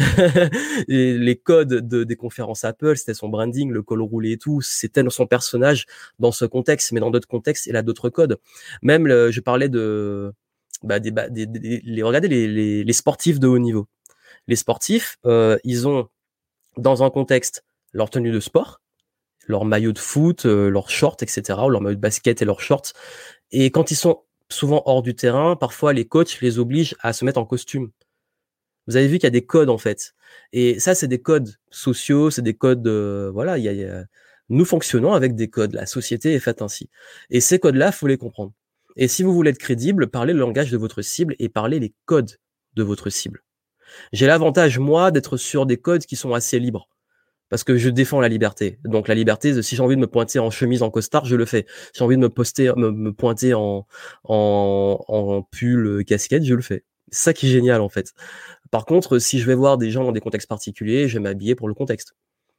Et les codes de des conférences Apple, c'était son branding, le col roulé et tout. C'était son personnage dans ce contexte, mais dans d'autres contextes, il a d'autres codes. Même le je parlais de, bah, des bah, des des les regardez les les les sportifs de haut niveau. Les sportifs, heu, ils ont dans un contexte leur tenue de sport, leur maillot de foot, heu, leurs shorts et cetera, ou leur maillot de basket et leurs shorts. Et quand ils sont souvent hors du terrain, parfois les coachs les obligent à se mettre en costume. Vous avez vu qu'il y a des codes, en fait. Et ça, c'est des codes sociaux, c'est des codes, heu, voilà, il y a il y a nous fonctionnons avec des codes. La société est faite ainsi. Et ces codes-là, faut les comprendre. Et si vous voulez être crédible, parlez le langage de votre cible et parlez les codes de votre cible. J'ai l'avantage, moi, d'être sur des codes qui sont assez libres. Parce que je défends la liberté. Donc la liberté, si j'ai envie de me pointer en chemise, en costard, je le fais. Si j'ai envie de me poster, me, me pointer en, en, en pull, euh, casquette, je le fais. C'est ça qui est génial, en fait. Par contre, si je vais voir des gens dans des contextes particuliers, je vais m'habiller pour le contexte.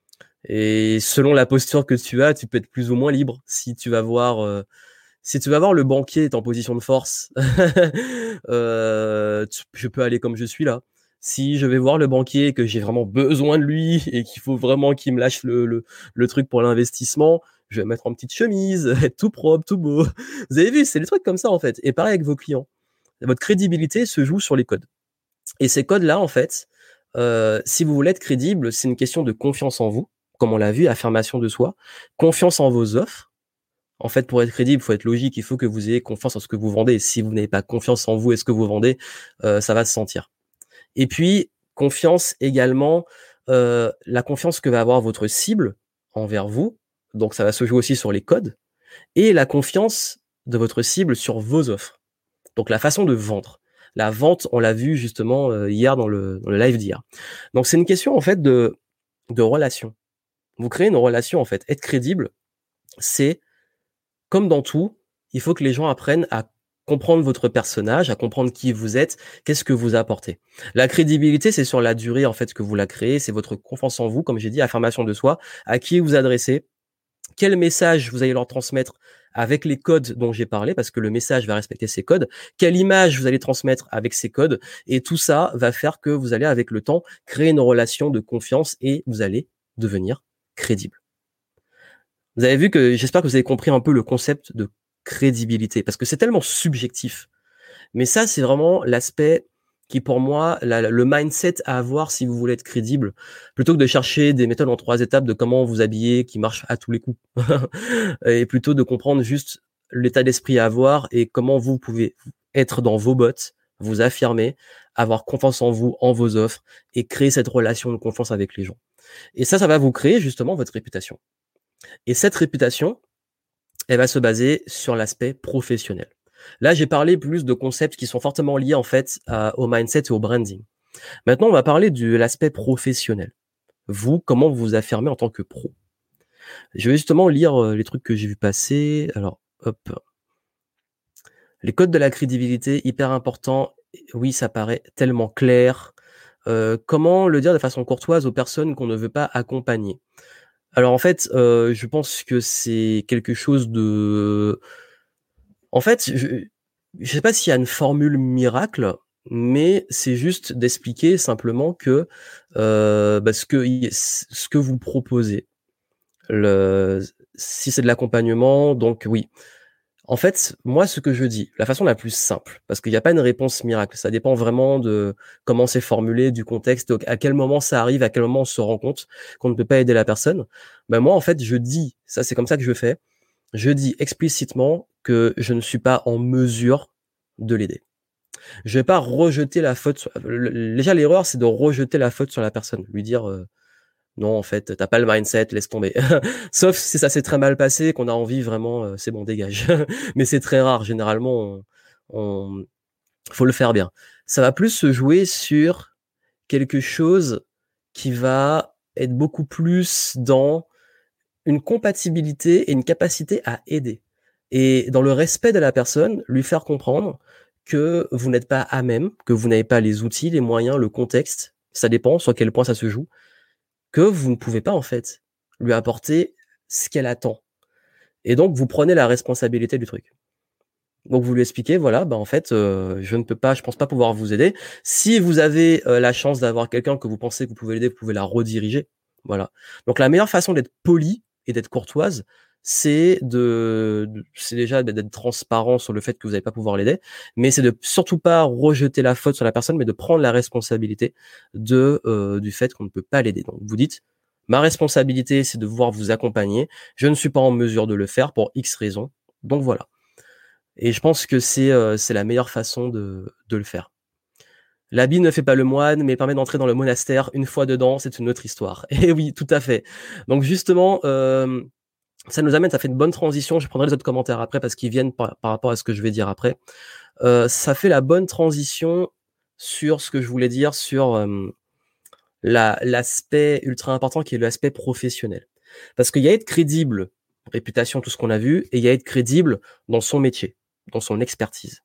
Et selon la posture que tu as, tu peux être plus ou moins libre. Si tu vas voir, euh, si tu vas voir le banquier est en position de force, euh, tu- je peux aller comme je suis là. Si je vais voir le banquier et que j'ai vraiment besoin de lui et qu'il faut vraiment qu'il me lâche le, le, le truc pour l'investissement, je vais mettre en petite chemise, être tout propre, tout beau. Vous avez vu, c'est des trucs comme ça en fait. Et pareil avec vos clients. Votre crédibilité se joue sur les codes. Et ces codes-là, en fait, euh, si vous voulez être crédible, c'est une question de confiance en vous, comme on l'a vu, affirmation de soi, confiance en vos offres. En fait, pour être crédible, il faut être logique, il faut que vous ayez confiance en ce que vous vendez. Si vous n'avez pas confiance en vous et ce que vous vendez, euh, ça va se sentir. Et puis, confiance également, euh, la confiance que va avoir votre cible envers vous. Donc, ça va se jouer aussi sur les codes. Et la confiance de votre cible sur vos offres. Donc, la façon de vendre. La vente, on l'a vu justement euh, hier dans le, dans le live d'hier. Donc, c'est une question en fait de, de relation. Vous créez une relation en fait. Être crédible, c'est comme dans tout, il faut que les gens apprennent à comprendre votre personnage, à comprendre qui vous êtes, qu'est-ce que vous apportez. La crédibilité, c'est sur la durée en fait que vous la créez, c'est votre confiance en vous, comme j'ai dit, affirmation de soi, à qui vous adressez, quel message vous allez leur transmettre avec les codes dont j'ai parlé, parce que le message va respecter ces codes, quelle image vous allez transmettre avec ces codes, et tout ça va faire que vous allez, avec le temps, créer une relation de confiance et vous allez devenir crédible. Vous avez vu que j'espère que vous avez compris un peu le concept de crédibilité, parce que c'est tellement subjectif. Mais ça, c'est vraiment l'aspect qui, pour moi, la, la- le mindset à avoir si vous voulez être crédible, plutôt que de chercher des méthodes en trois étapes de comment vous habiller qui marchent à tous les coups, et plutôt de comprendre juste l'état d'esprit à avoir et comment vous pouvez être dans vos bottes, vous affirmer, avoir confiance en vous, en vos offres et créer cette relation de confiance avec les gens. Et ça, ça va vous créer justement votre réputation. Et cette réputation, elle va se baser sur l'aspect professionnel. Là, j'ai parlé plus de concepts qui sont fortement liés en fait à- au mindset et au branding. Maintenant, on va parler de l'aspect professionnel. Vous, comment vous vous affirmez en tant que pro? Je vais justement lire euh, les trucs que j'ai vu passer. Alors, hop. Les codes de la crédibilité, hyper important. Oui, ça paraît tellement clair. Euh, comment le dire de façon courtoise aux personnes qu'on ne veut pas accompagner? Alors en fait, euh, je pense que c'est quelque chose de... En fait, je je sais pas s'il y a une formule miracle, mais c'est juste d'expliquer simplement que, heu, bah, ce que y ce que vous proposez, Le si c'est de l'accompagnement, donc oui. En fait, moi, ce que je dis, la façon la plus simple, parce qu'il y a pas une réponse miracle, ça dépend vraiment de comment c'est formulé, du contexte, donc à quel moment ça arrive, à quel moment on se rend compte qu'on ne peut pas aider la personne. Ben moi, en fait, je dis, ça c'est comme ça que je fais, je dis explicitement que je ne suis pas en mesure de l'aider. Je vais pas rejeter la faute sur le déjà l'erreur, c'est de rejeter la faute sur la personne, lui dire, heu: «Non, en fait, tu as pas le mindset, laisse tomber». Sauf si ça s'est très mal passé, qu'on a envie vraiment, heu, c'est bon, dégage. Mais c'est très rare, généralement, on on faut le faire bien. Ça va plus se jouer sur quelque chose qui va être beaucoup plus dans une compatibilité et une capacité à aider et dans le respect de la personne, lui faire comprendre que vous n'êtes pas à même, que vous n'avez pas les outils, les moyens, le contexte, ça dépend sur quel point ça se joue, que vous ne pouvez pas, en fait, lui apporter ce qu'elle attend et donc vous prenez la responsabilité du truc. Donc vous lui expliquez, voilà, bah, en fait, heu, je ne peux pas je pense pas pouvoir vous aider. Si vous avez, heu, la chance d'avoir quelqu'un que vous pensez que vous pouvez l'aider, vous pouvez la rediriger, voilà. Donc la meilleure façon d'être polie et d'être courtoise, c'est de de c'est déjà d'être d'être transparent sur le fait que vous allez pas pouvoir l'aider, mais c'est de surtout pas rejeter la faute sur la personne, mais de prendre la responsabilité de, heu, du fait qu'on ne peut pas l'aider. Donc vous dites: «Ma responsabilité, c'est de pouvoir vous accompagner. Je ne suis pas en mesure de le faire pour X raisons, donc voilà». Et je pense que c'est, heu, c'est la meilleure façon de de le faire. L'habit ne fait pas le moine, mais permet d'entrer dans le monastère. Une fois dedans, c'est une autre histoire. Et oui, tout à fait. Donc justement, hem, ça nous amène ça fait une bonne transition, je prendrai les autres commentaires après parce qu'ils viennent par par rapport à ce que je vais dire après. Heu, ça fait la bonne transition sur ce que je voulais dire sur, hem, la l'aspect ultra important qui est l'aspect professionnel. Parce qu'il y a être crédible, réputation, tout ce qu'on a vu, et il y a être crédible dans son métier, dans son expertise.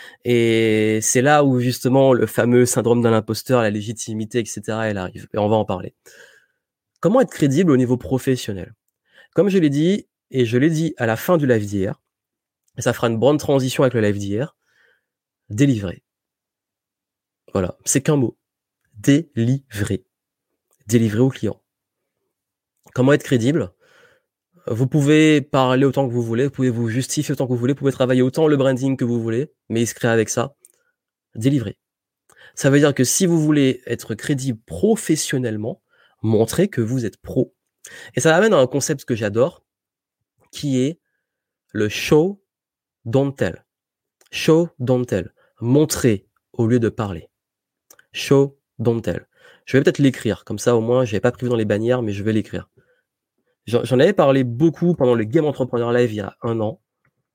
Et c'est là où justement le fameux syndrome de l'imposteur, la légitimité, et cetera, elle arrive. Et on va en parler. Comment être crédible au niveau professionnel? Comme je l'ai dit, et je l'ai dit à la fin du live d'hier, et ça fera une bonne transition avec le live d'hier, délivrer. Voilà, c'est qu'un mot. Délivrer. Délivrer au client. Comment être crédible? Vous pouvez parler autant que vous voulez, vous pouvez vous justifier autant que vous voulez, vous pouvez travailler autant le branding que vous voulez, mais il se crée avec ça. Délivrer. Ça veut dire que si vous voulez être crédible professionnellement, montrez que vous êtes pro. Et ça m'amène à un concept que j'adore, qui est le show, don't tell. Show, don't tell. Montrer au lieu de parler. Show, don't tell. Je vais peut-être l'écrire, comme ça au moins, j'avais pas prévu dans les bannières, mais je vais l'écrire. J'en j'en avais parlé beaucoup pendant le Game Entrepreneur Live il y a un an.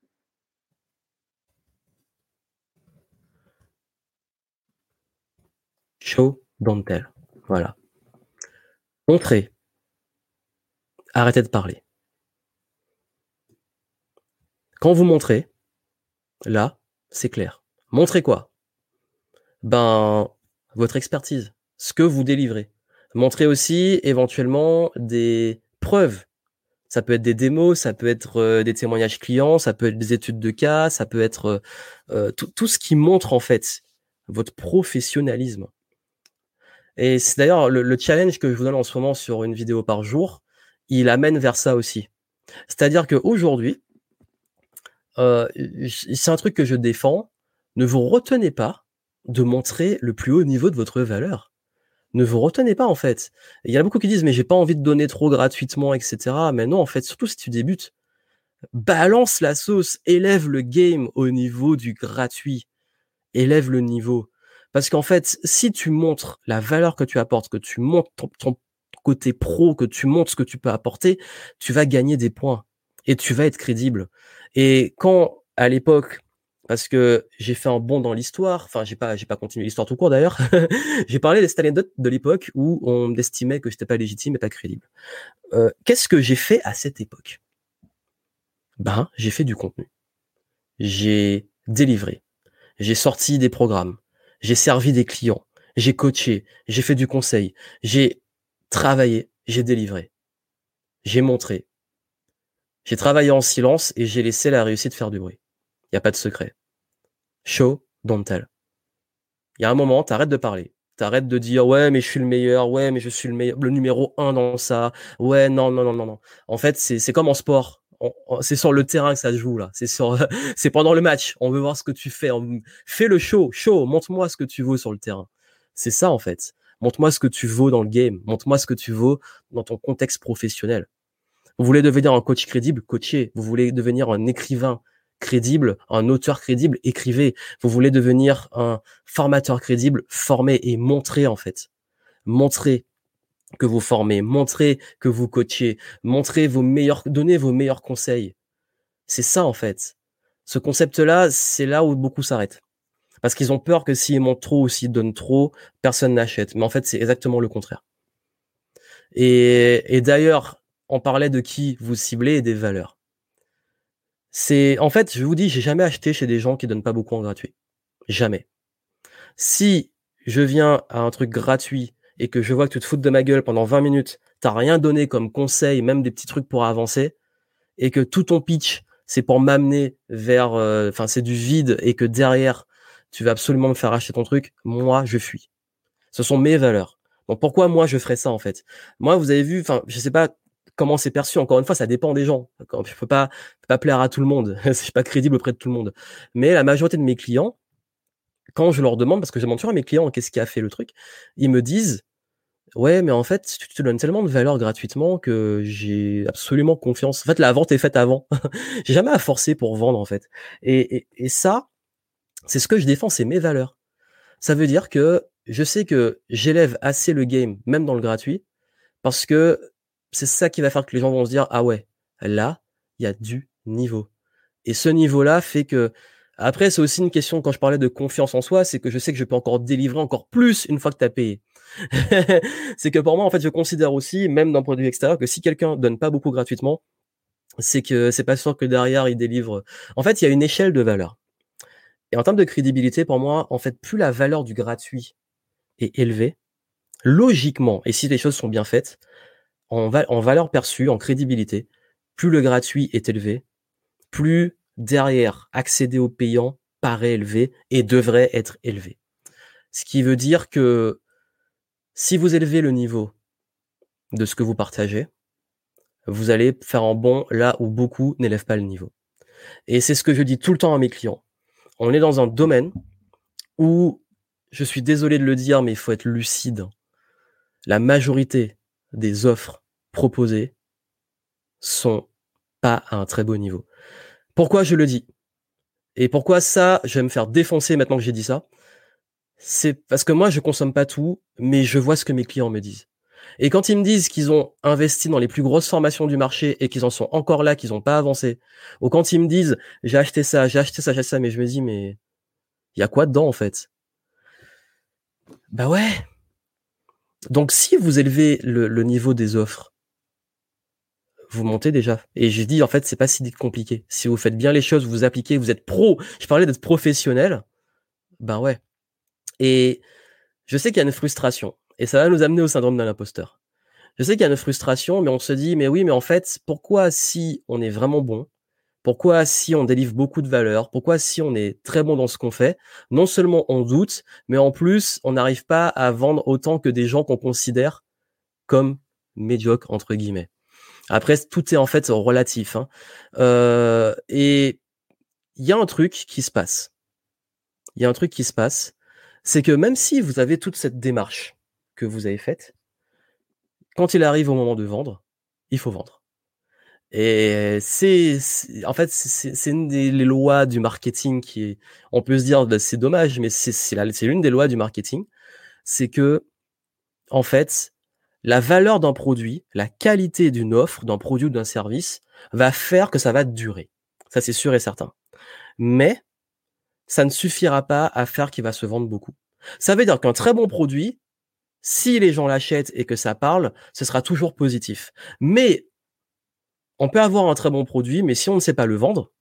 Show, don't tell. Voilà. Montrez. Arrêtez de parler. Quand vous montrez, là, c'est clair. Montrez quoi? Ben, votre expertise, ce que vous délivrez. Montrez aussi éventuellement des preuves. Ça peut être des démos, ça peut être, heu, des témoignages clients, ça peut être des études de cas, ça peut être, heu heu, tout tout ce qui montre en fait votre professionnalisme. Et c'est d'ailleurs le le challenge que je vous donne en ce moment sur une vidéo par jour, il amène vers ça aussi. C'est-à-dire qu'aujourd'hui, heu, j c'est un truc que je défends, ne vous retenez pas de montrer le plus haut niveau de votre valeur. Ne vous retenez pas, en fait. Il y en a beaucoup qui disent: «Mais j'ai pas envie de donner trop gratuitement et cetera». Mais non, en fait, surtout si tu débutes, balance la sauce, élève le game au niveau du gratuit, élève le niveau. Parce qu'en fait, si tu montres la valeur que tu apportes, que tu montres ton ton côté pro, que tu montres ce que tu peux apporter, tu vas gagner des points et tu vas être crédible. Et quand, à l'époque, parce que j'ai fait un bond dans l'histoire, enfin j'ai pas j'ai pas continué l'histoire tout court d'ailleurs, j'ai parlé de cette anecdote de l'époque où on estimait que j'étais pas légitime et pas crédible. Heu, qu'est-ce que j'ai fait à cette époque? Ben, j'ai fait du contenu. J'ai délivré. J'ai sorti des programmes, j'ai servi des clients, j'ai coaché, j'ai fait du conseil, j'ai travaillé, j'ai délivré, j'ai montré, j'ai travaillé en silence et j'ai laissé la réussite faire du bruit. Il y a pas de secret. Show, don't tell. Il y a un moment, tu arrêtes de parler, T'arrêtes de dire ouais mais je suis le meilleur, ouais mais je suis le meilleur, le numéro un dans ça. Ouais non non non non non. En fait c'est c'est comme en sport. On, on, c'est sur le terrain que ça se joue là. C'est sur c'est pendant le match. On veut voir ce que tu fais. On, fais le show, show. Montre-moi ce que tu vaux sur le terrain. C'est ça en fait. Montre-moi ce que tu vaux dans le game. Montre-moi ce que tu vaux dans ton contexte professionnel. Vous voulez devenir un coach crédible, coachez. Vous voulez devenir un écrivain crédible, un auteur crédible, écrivez. Vous voulez devenir un formateur crédible, formez et montrez en fait. Montrez que vous formez, montrez que vous coachez, montrez vos meilleurs, donnez vos meilleurs conseils. C'est ça en fait. Ce concept-là, c'est là où beaucoup s'arrêtent. Parce qu'ils ont peur que s'ils montrent trop ou s'ils donnent trop, personne n'achète. Mais en fait, c'est exactement le contraire. Et, et d'ailleurs, on parlait de qui vous ciblez et des valeurs. C'est, en fait, je vous dis, j'ai jamais acheté chez des gens qui donnent pas beaucoup en gratuit. Jamais. Si je viens à un truc gratuit et que je vois que tu te foutes de ma gueule pendant vingt minutes, t'as rien donné comme conseil, même des petits trucs pour avancer, et que tout ton pitch, c'est pour m'amener vers, euh, enfin, c'est du vide et que derrière, tu vas absolument me faire acheter ton truc, moi, je fuis. Ce sont mes valeurs. Donc pourquoi moi je ferais ça en fait? Moi, vous avez vu, enfin, je sais pas comment c'est perçu. Encore une fois, ça dépend des gens. Je peux pas, peux pas plaire à tout le monde. Je suis pas crédible auprès de tout le monde. Mais la majorité de mes clients, quand je leur demande, parce que je demande toujours à mes clients qu'est-ce qui a fait le truc, ils me disent ouais, mais en fait, tu te donnes tellement de valeur gratuitement que j'ai absolument confiance. En fait, la vente est faite avant. J'ai jamais à forcer pour vendre en fait. Et, et, et ça, c'est ce que je défends, c'est mes valeurs. Ça veut dire que je sais que j'élève assez le game, même dans le gratuit, parce que c'est ça qui va faire que les gens vont se dire ah ouais, là, il y a du niveau. Et ce niveau-là fait que après c'est aussi une question quand je parlais de confiance en soi, c'est que je sais que je peux encore délivrer encore plus une fois que tu as payé. C'est que pour moi en fait, je considère aussi même d'un point de vue extérieur que si quelqu'un donne pas beaucoup gratuitement, c'est que c'est pas sûr que derrière il délivre. En fait, il y a une échelle de valeur. Et en termes de crédibilité pour moi, en fait, plus la valeur du gratuit est élevée, logiquement, et si les choses sont bien faites, en, va- en valeur perçue, en crédibilité, plus le gratuit est élevé, plus derrière, accéder au payant paraît élevé et devrait être élevé. Ce qui veut dire que si vous élevez le niveau de ce que vous partagez, vous allez faire un bond là où beaucoup n'élèvent pas le niveau. Et c'est ce que je dis tout le temps à mes clients. On est dans un domaine où, je suis désolé de le dire, mais il faut être lucide. La majorité des offres proposées sont pas à un très beau niveau. Pourquoi je le dis? Et pourquoi ça, je vais me faire défoncer maintenant que j'ai dit ça? C'est parce que moi, je consomme pas tout, mais je vois ce que mes clients me disent. Et quand ils me disent qu'ils ont investi dans les plus grosses formations du marché et qu'ils en sont encore là, qu'ils n'ont pas avancé, ou quand ils me disent j'ai acheté ça, j'ai acheté ça, j'ai acheté ça, mais je me dis mais il y a quoi dedans en fait? Bah ouais. Donc si vous élevez le, le niveau des offres, vous montez déjà. Et j'ai dit en fait c'est pas si compliqué. Si vous faites bien les choses, vous appliquez, vous êtes pro. Je parlais d'être professionnel. Ben ouais. Et je sais qu'il y a une frustration. Et ça va nous amener au syndrome de l'imposteur. Je sais qu'il y a une frustration, mais on se dit, mais oui, mais en fait, pourquoi si on est vraiment bon, pourquoi si on délivre beaucoup de valeur, pourquoi si on est très bon dans ce qu'on fait, non seulement on doute, mais en plus, on n'arrive pas à vendre autant que des gens qu'on considère comme médiocres, entre guillemets. Après, tout est en fait relatif. Hein. Euh, et il y a un truc qui se passe. Il y a un truc qui se passe, c'est que même si vous avez toute cette démarche que vous avez faite, quand il arrive au moment de vendre, il faut vendre. Et c'est, c'est en fait, c'est, c'est une des les lois du marketing qui est, on peut se dire, bah, c'est dommage, mais c'est, c'est, la, c'est l'une des lois du marketing. C'est que, en fait, la valeur d'un produit, la qualité d'une offre, d'un produit ou d'un service va faire que ça va durer. Ça, c'est sûr et certain. Mais, ça ne suffira pas à faire qu'il va se vendre beaucoup. Ça veut dire qu'un très bon produit, si les gens l'achètent et que ça parle, ce sera toujours positif. Mais on peut avoir un très bon produit, mais si on ne sait pas le vendre,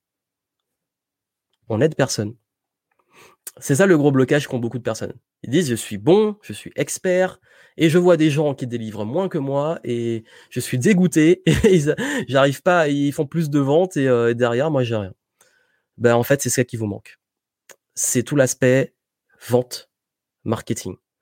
on n'aide personne. C'est ça le gros blocage qu'ont beaucoup de personnes. Ils disent je suis bon, je suis expert, et je vois des gens qui délivrent moins que moi, et je suis dégoûté, et ils, j'arrive pas, ils font plus de ventes, et, euh, et derrière, moi j'ai rien. Ben en fait, c'est ça qui vous manque. C'est tout l'aspect vente, marketing.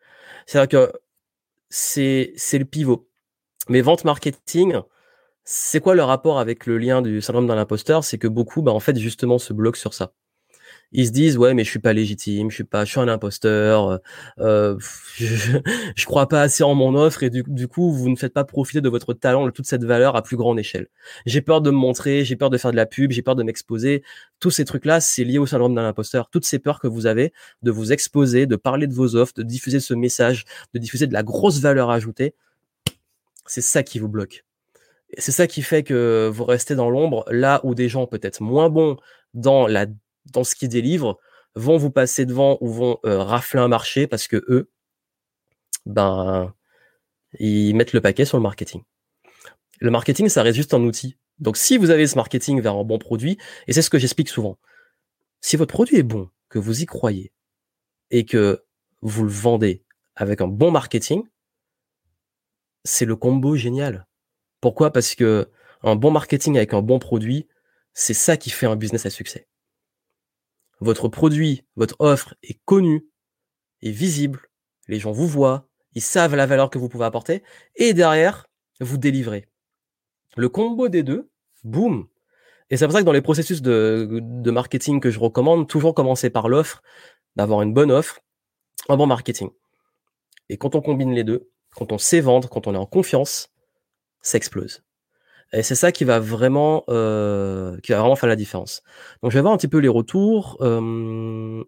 C'est-à-dire que c'est, c'est le pivot. Mais vente marketing, c'est quoi le rapport avec le lien du syndrome de l'imposteur? C'est que beaucoup, bah, en fait, justement, se bloquent sur ça. Ils se disent ouais mais je suis pas légitime, je suis pas, je suis un imposteur, euh, je, je crois pas assez en mon offre et du, du coup vous ne faites pas profiter de votre talent, de toute cette valeur à plus grande échelle. J'ai peur de me montrer, j'ai peur de faire de la pub, j'ai peur de m'exposer. Tous ces trucs là, c'est lié au syndrome de l'imposteur. Toutes ces peurs que vous avez de vous exposer, de parler de vos offres, de diffuser ce message, de diffuser de la grosse valeur ajoutée, c'est ça qui vous bloque. Et c'est ça qui fait que vous restez dans l'ombre, là où des gens peut-être moins bons dans la dans ce qu'ils délivrent vont vous passer devant ou vont euh, rafler un marché parce que eux, ben, ils mettent le paquet sur le marketing. Le marketing, ça reste juste un outil. Donc, si vous avez ce marketing vers un bon produit, et c'est ce que j'explique souvent, si votre produit est bon, que vous y croyez et que vous le vendez avec un bon marketing, c'est le combo génial. Pourquoi? Parce que un bon marketing avec un bon produit, c'est ça qui fait un business à succès. Votre produit, votre offre est connue, est visible, les gens vous voient, ils savent la valeur que vous pouvez apporter, et derrière, vous délivrez. Le combo des deux, boum. Et c'est pour ça que dans les processus de, de marketing que je recommande, toujours commencer par l'offre, d'avoir une bonne offre, un bon marketing. Et quand on combine les deux, quand on sait vendre, quand on est en confiance, ça explose. Et c'est ça qui va vraiment, euh, qui va vraiment faire la différence. Donc je vais voir un petit peu les retours. Euh,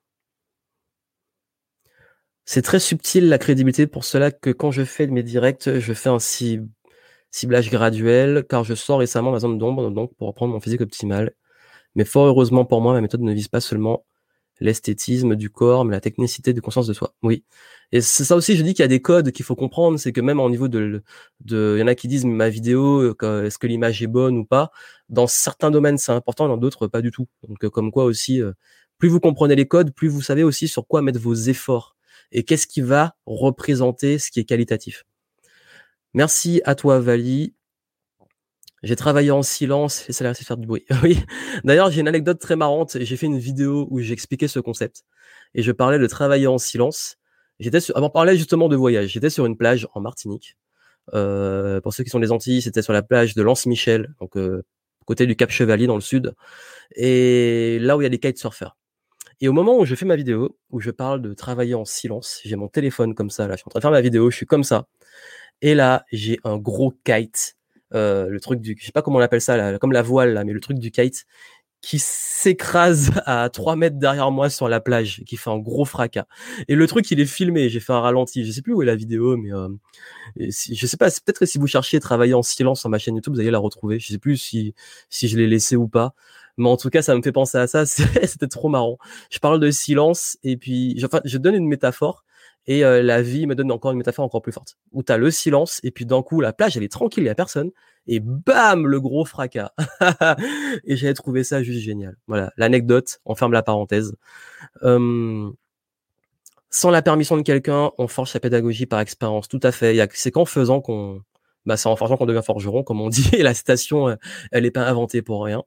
c'est très subtil la crédibilité, pour cela que quand je fais mes directs, je fais un cib- ciblage graduel, car je sors récemment de ma zone d'ombre, donc pour reprendre mon physique optimal. Mais fort heureusement pour moi, ma méthode ne vise pas seulement l'esthétisme du corps, mais la technicité de conscience de soi. Oui. Et c'est ça aussi, je dis qu'il y a des codes qu'il faut comprendre, c'est que même au niveau de, de, il y en a qui disent ma vidéo, est-ce que l'image est bonne ou pas? Dans certains domaines, c'est important, dans d'autres, pas du tout. Donc, comme quoi aussi, euh, plus vous comprenez les codes, plus vous savez aussi sur quoi mettre vos efforts et qu'est-ce qui va représenter ce qui est qualitatif. Merci à toi, Vali. J'ai travaillé en silence et ça a l'air de faire du bruit. Oui. D'ailleurs, j'ai une anecdote très marrante. J'ai fait une vidéo où j'expliquais ce concept et je parlais de travailler en silence. J'étais sur, on parlait justement de voyage. J'étais sur une plage en Martinique. Euh, pour ceux qui sont des Antilles, c'était sur la plage de Lance-Michel, donc euh, côté du Cap Chevalier dans le sud, et là où il y a les kitesurfers. Et au moment où je fais ma vidéo, où je parle de travailler en silence, j'ai mon téléphone comme ça, là, je suis en train de faire ma vidéo, je suis comme ça, et là, j'ai un gros kite, euh, le truc du, je sais pas comment on appelle ça, là, comme la voile, là, mais le truc du kite, qui s'écrase à trois mètres derrière moi sur la plage, qui fait un gros fracas. Et le truc, il est filmé, j'ai fait un ralenti, je sais plus où est la vidéo, mais euh, si, je sais pas, c'est peut-être que si vous cherchiez travailler en silence sur ma chaîne YouTube, vous allez la retrouver. Je sais plus si, si je l'ai laissé ou pas. Mais en tout cas, ça me fait penser à ça. C'était trop marrant. Je parle de silence et puis, je, enfin, je donne une métaphore et euh, la vie me donne encore une métaphore encore plus forte. Où t'as le silence et puis d'un coup, la plage, elle est tranquille, il y a personne. Et bam, le gros fracas. Et j'avais trouvé ça juste génial. Voilà, l'anecdote, on ferme la parenthèse. Euh, sans la permission de quelqu'un, on forge sa pédagogie par expérience. Tout à fait. Il y a, c'est qu'en faisant qu'on, bah, c'est en forgeant qu'on devient forgeron, comme on dit. Et la citation, euh, elle n'est pas inventée pour rien.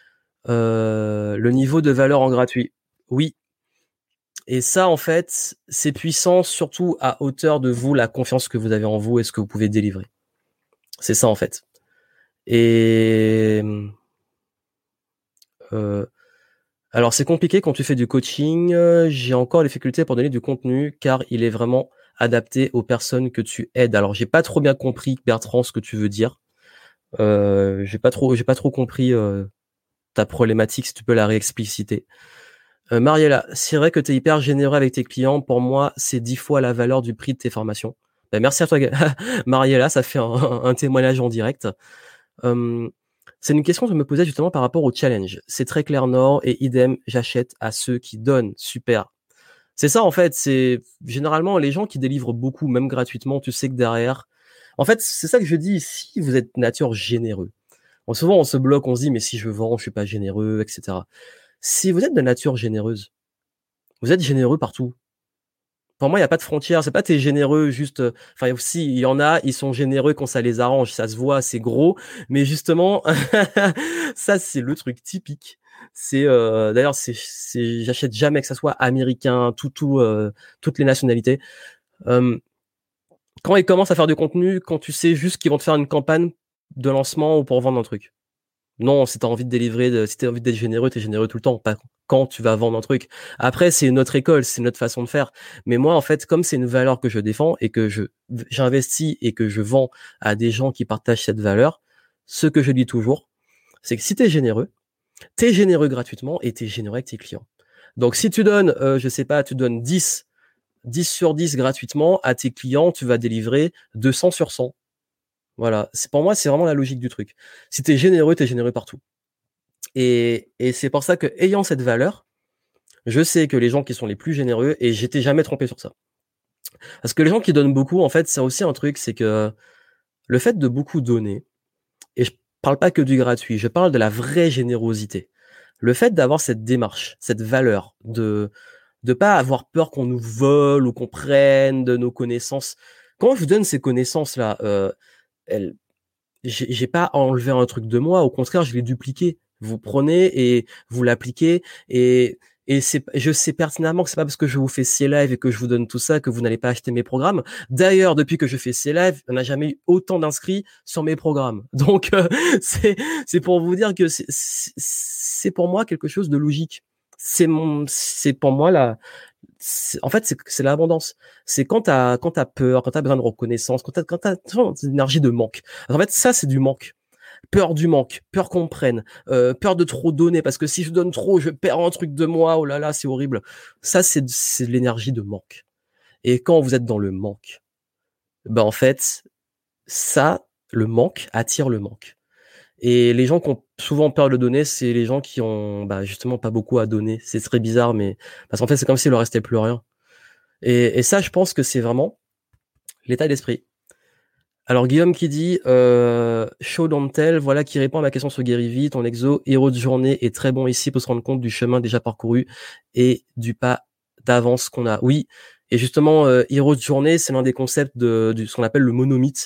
Euh, le niveau de valeur en gratuit. Oui. Et ça, en fait, c'est puissant, surtout à hauteur de vous, la confiance que vous avez en vous et ce que vous pouvez délivrer. C'est ça, en fait. Et, euh, alors, c'est compliqué quand tu fais du coaching. Euh, j'ai encore les difficultés pour donner du contenu car il est vraiment adapté aux personnes que tu aides. Alors, j'ai pas trop bien compris, Bertrand, ce que tu veux dire. Euh, j'ai pas trop, j'ai pas trop compris euh, ta problématique. Si tu peux la réexpliciter. Euh, Mariella, c'est vrai que tu es hyper généreux avec tes clients. Pour moi, c'est dix fois la valeur du prix de tes formations. Ben, merci à toi, Mariella. Ça fait un, un témoignage en direct. Euh, C'est une question que je me posais justement par rapport au challenge. C'est très clair Nord et idem, j'achète à ceux qui donnent. Super. C'est ça en fait, c'est généralement les gens qui délivrent beaucoup, même gratuitement, tu sais que derrière... En fait, c'est ça que je dis, si vous êtes nature généreux. Bon, souvent on se bloque, on se dit mais si je vends, je suis pas généreux, et cetera. Si vous êtes de nature généreuse, vous êtes généreux partout. Pour moi, il n'y a pas de frontière. C'est pas t'es généreux juste. Enfin, aussi, il y en a, ils sont généreux quand ça les arrange. Ça se voit, c'est gros. Mais justement, ça, c'est le truc typique. C'est euh, d'ailleurs, c'est, c'est, j'achète jamais que ça soit américain, tout, tout, euh, toutes les nationalités. Euh, quand ils commencent à faire du contenu, quand tu sais juste qu'ils vont te faire une campagne de lancement ou pour vendre un truc. Non, si t'as envie de délivrer, de, si t'as envie d'être généreux, t'es généreux tout le temps, pas quand tu vas vendre un truc. Après, c'est une autre école, c'est une autre façon de faire. Mais moi, en fait, comme c'est une valeur que je défends et que je, j'investis et que je vends à des gens qui partagent cette valeur, ce que je dis toujours, c'est que si t'es généreux, t'es généreux gratuitement et t'es généreux avec tes clients. Donc, si tu donnes, euh, je sais pas, tu donnes dix, dix sur dix gratuitement à tes clients, tu vas délivrer deux cents sur cent. Voilà. C'est, pour moi, c'est vraiment la logique du truc. Si t'es généreux, t'es généreux partout. Et, et c'est pour ça que, ayant cette valeur, je sais que les gens qui sont les plus généreux, et j'étais jamais trompé sur ça. Parce que les gens qui donnent beaucoup, en fait, c'est aussi un truc, c'est que le fait de beaucoup donner, et je parle pas que du gratuit, je parle de la vraie générosité. Le fait d'avoir cette démarche, cette valeur, de de pas avoir peur qu'on nous vole ou qu'on prenne de nos connaissances. Quand je vous donne ces connaissances-là, euh, elles, j'ai, j'ai pas enlevé un truc de moi, au contraire, je l'ai dupliqué. Vous prenez et vous l'appliquez et et c'est, je sais pertinemment que c'est pas parce que je vous fais ces lives et que je vous donne tout ça que vous n'allez pas acheter mes programmes. D'ailleurs, depuis que je fais ces lives, on n'a jamais eu autant d'inscrits sur mes programmes. Donc euh, c'est c'est pour vous dire que c'est c'est c'est pour moi quelque chose de logique. C'est mon c'est pour moi la c'est- en fait, c'est c'est l'abondance. C'est quand t'as quand t'as peur, quand t'as besoin de reconnaissance, quand t'as quand t'as toujours cette énergie de manque. En fait, ça c'est du manque. Peur du manque, peur qu'on me prenne, euh, peur de trop donner parce que si je donne trop, je perds un truc de moi. Oh là là, c'est horrible. Ça c'est c'est de l'énergie de manque. Et quand vous êtes dans le manque, ben en fait, ça, le manque attire le manque. Et les gens qui ont souvent peur de donner, c'est les gens qui ont bah, justement pas beaucoup à donner. C'est très bizarre, mais parce qu'en fait, c'est comme s'il leur restait plus rien. Et, et ça, je pense que c'est vraiment l'état d'esprit. Alors Guillaume qui dit euh, Show don't tell, voilà qui répond à ma question sur Gary ton exo, héros de journée est très bon ici pour se rendre compte du chemin déjà parcouru et du pas d'avance qu'on a. Oui, et justement, euh, héros de journée, c'est l'un des concepts de, de ce qu'on appelle le monomythe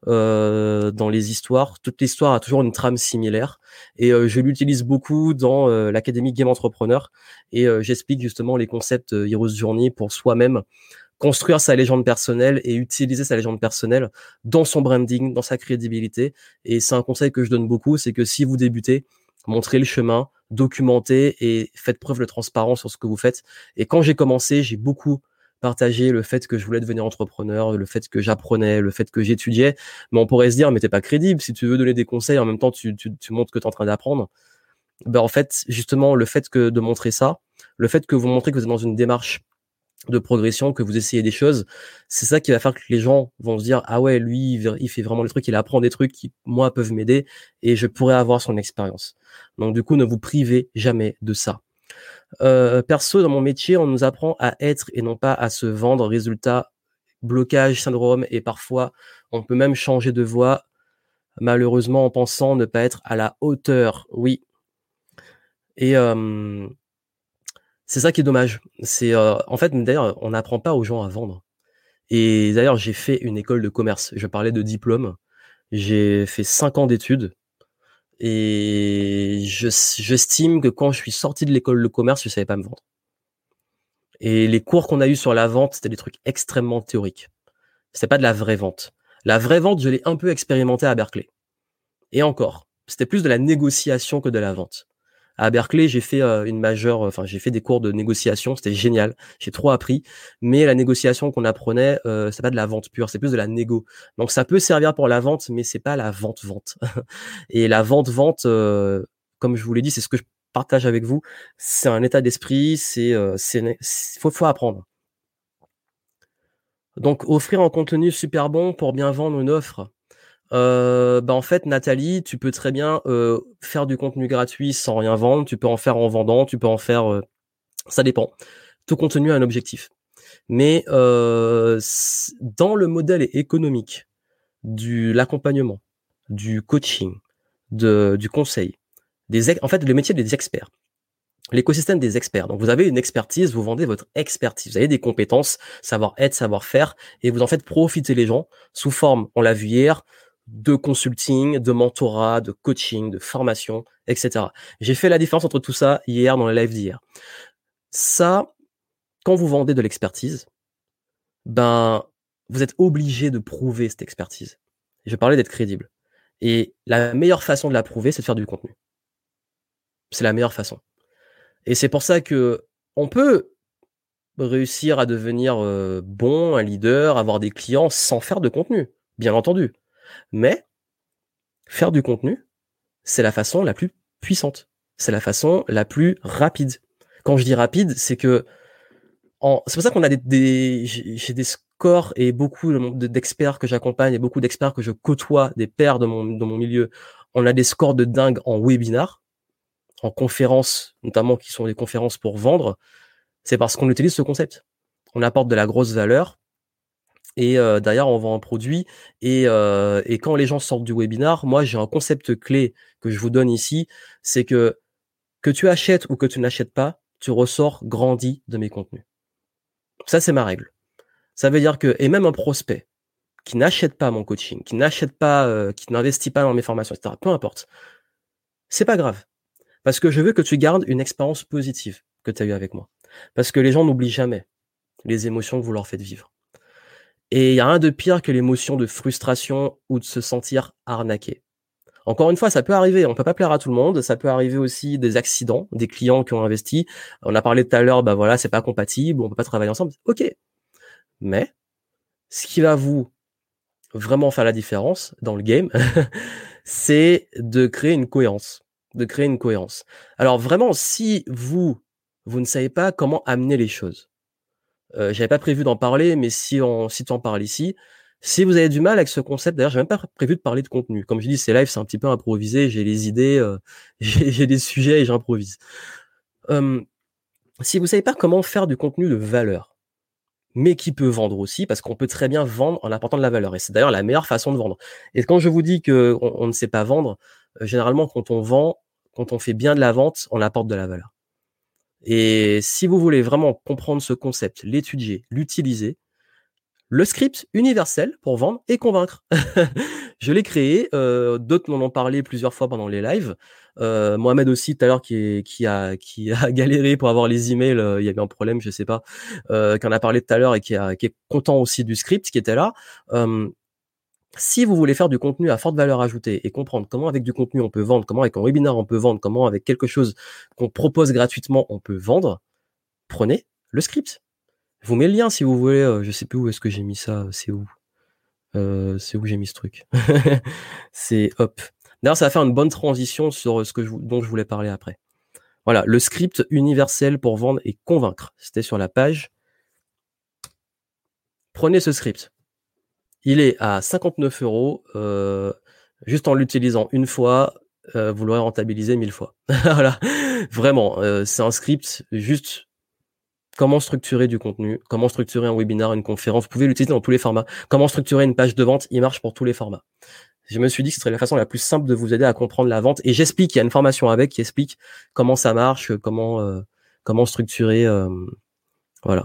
euh, dans les histoires. Toute l'histoire a toujours une trame similaire et euh, je l'utilise beaucoup dans euh, l'académie Game Entrepreneur et euh, j'explique justement les concepts euh, héros de journée pour soi-même construire sa légende personnelle et utiliser sa légende personnelle dans son branding, dans sa crédibilité. Et c'est un conseil que je donne beaucoup, c'est que si vous débutez, montrez le chemin, documentez et faites preuve de transparence sur ce que vous faites. Et quand j'ai commencé, j'ai beaucoup partagé le fait que je voulais devenir entrepreneur, le fait que j'apprenais, le fait que j'étudiais. Mais on pourrait se dire, mais t'es pas crédible. Si tu veux donner des conseils, en même temps, tu, tu, tu montres que t'es en train d'apprendre. Ben, en fait, justement, le fait que de montrer ça, le fait que vous montrez que vous êtes dans une démarche de progression, que vous essayez des choses, c'est ça qui va faire que les gens vont se dire ah ouais, lui il fait vraiment des trucs, il apprend des trucs qui moi peuvent m'aider et je pourrais avoir son expérience. Donc du coup, ne vous privez jamais de ça. Euh, perso, dans mon métier, on nous apprend à être et non pas à se vendre. Résultat, blocage, syndrome et parfois on peut même changer de voie, malheureusement en pensant ne pas être à la hauteur. Oui. Et euh, c'est ça qui est dommage. C'est euh, en fait d'ailleurs on n'apprend pas aux gens à vendre. Et d'ailleurs, j'ai fait une école de commerce. Je parlais de diplôme. J'ai fait cinq ans d'études. Et je, j'estime que quand je suis sorti de l'école de commerce, je savais pas me vendre. Et les cours qu'on a eu sur la vente, c'était des trucs extrêmement théoriques. C'était pas de la vraie vente. La vraie vente, je l'ai un peu expérimenté à Berkeley. Et encore, c'était plus de la négociation que de la vente. À Berkeley, j'ai fait euh, une majeure, enfin j'ai fait des cours de négociation, c'était génial, j'ai trop appris. Mais la négociation qu'on apprenait, euh, c'est pas de la vente pure, c'est plus de la négo. Donc ça peut servir pour la vente, mais c'est pas la vente vente. Et la vente vente, euh, comme je vous l'ai dit, c'est ce que je partage avec vous. C'est un état d'esprit, c'est, euh, c'est, faut, faut apprendre. Donc offrir un contenu super bon pour bien vendre une offre. Euh, bah en fait, Nathalie, tu peux très bien euh, faire du contenu gratuit sans rien vendre. Tu peux en faire en vendant, tu peux en faire. Euh, ça dépend. Tout contenu a un objectif. Mais euh, dans le modèle économique du l'accompagnement, du coaching, de, du conseil, des en fait le métier des experts, l'écosystème des experts. Donc vous avez une expertise, vous vendez votre expertise, vous avez des compétences, savoir-être, savoir-faire, et vous en faites profiter les gens sous forme, on l'a vu hier, de consulting, de mentorat, de coaching, de formation, et cetera. J'ai fait la différence entre tout ça hier dans le live d'hier. Ça, quand vous vendez de l'expertise, ben, vous êtes obligé de prouver cette expertise. Je parlais d'être crédible. Et la meilleure façon de la prouver, c'est de faire du contenu. C'est la meilleure façon. Et c'est pour ça que on peut réussir à devenir euh, bon, un leader, avoir des clients sans faire de contenu, bien entendu. Mais faire du contenu, c'est la façon la plus puissante. C'est la façon la plus rapide. Quand je dis rapide, c'est que en... c'est pour ça qu'on a des, des... j'ai des scores et beaucoup d'experts que j'accompagne et beaucoup d'experts que je côtoie, des pairs de mon, de mon milieu. On a des scores de dingue en webinar, en conférences, notamment qui sont des conférences pour vendre. C'est parce qu'on utilise ce concept. On apporte de la grosse valeur et euh, derrière on vend un produit et, euh, et quand les gens sortent du webinar, moi j'ai un concept clé que je vous donne ici, c'est que que tu achètes ou que tu n'achètes pas, tu ressors grandi de mes contenus. Ça c'est ma règle. Ça veut dire que, et même un prospect qui n'achète pas mon coaching, qui n'achète pas, euh, qui n'investit pas dans mes formations, et cetera, peu importe, c'est pas grave. Parce que je veux que tu gardes une expérience positive que tu as eue avec moi. Parce que les gens n'oublient jamais les émotions que vous leur faites vivre. Et il y a rien de pire que l'émotion de frustration ou de se sentir arnaqué. Encore une fois, ça peut arriver, on peut pas plaire à tout le monde, ça peut arriver aussi des accidents, des clients qui ont investi. On a parlé tout à l'heure, bah voilà, c'est pas compatible, on peut pas travailler ensemble. OK. Mais ce qui va vous vraiment faire la différence dans le game, c'est de créer une cohérence, de créer une cohérence. Alors vraiment, si vous vous ne savez pas comment amener les choses, euh, j'avais pas prévu d'en parler, mais si on si tu en parles ici, si vous avez du mal avec ce concept, d'ailleurs, j'ai même pas prévu de parler de contenu. Comme je dis, c'est live, c'est un petit peu improvisé. J'ai les idées, euh, j'ai, j'ai des sujets et j'improvise. Euh, si vous savez pas comment faire du contenu de valeur, mais qui peut vendre aussi, parce qu'on peut très bien vendre en apportant de la valeur. Et c'est d'ailleurs la meilleure façon de vendre. Et quand je vous dis que on, on ne sait pas vendre, euh, généralement, quand on vend, quand on fait bien de la vente, on apporte de la valeur. Et si vous voulez vraiment comprendre ce concept, l'étudier, l'utiliser, le script universel pour vendre et convaincre. Je l'ai créé, euh, d'autres m'en ont parlé plusieurs fois pendant les lives. Euh, Mohamed aussi tout à l'heure qui, est, qui, a, qui a galéré pour avoir les emails, euh, il y avait un problème, je sais pas, euh, qui en a parlé tout à l'heure et qui, a, qui est content aussi du script qui était là. Euh, si vous voulez faire du contenu à forte valeur ajoutée et comprendre comment avec du contenu on peut vendre, comment avec un webinaire on peut vendre, comment avec quelque chose qu'on propose gratuitement on peut vendre, prenez le script. Je vous mets le lien si vous voulez. Euh, je sais plus où est-ce que j'ai mis ça. C'est où euh, C'est où j'ai mis ce truc. C'est hop. D'ailleurs, ça va faire une bonne transition sur ce que je, dont je voulais parler après. Voilà, le script universel pour vendre et convaincre. C'était sur la page. Prenez ce script. Il est à cinquante-neuf euros. Euh, juste en l'utilisant une fois, euh, vous l'aurez rentabilisé mille fois. Voilà, vraiment. Euh, c'est un script juste. Comment structurer du contenu, comment structurer un webinar, une conférence, vous pouvez l'utiliser dans tous les formats. Comment structurer une page de vente, il marche pour tous les formats. Je me suis dit que ce serait la façon la plus simple de vous aider à comprendre la vente et j'explique, il y a une formation avec qui explique comment ça marche, comment euh, comment structurer euh, voilà.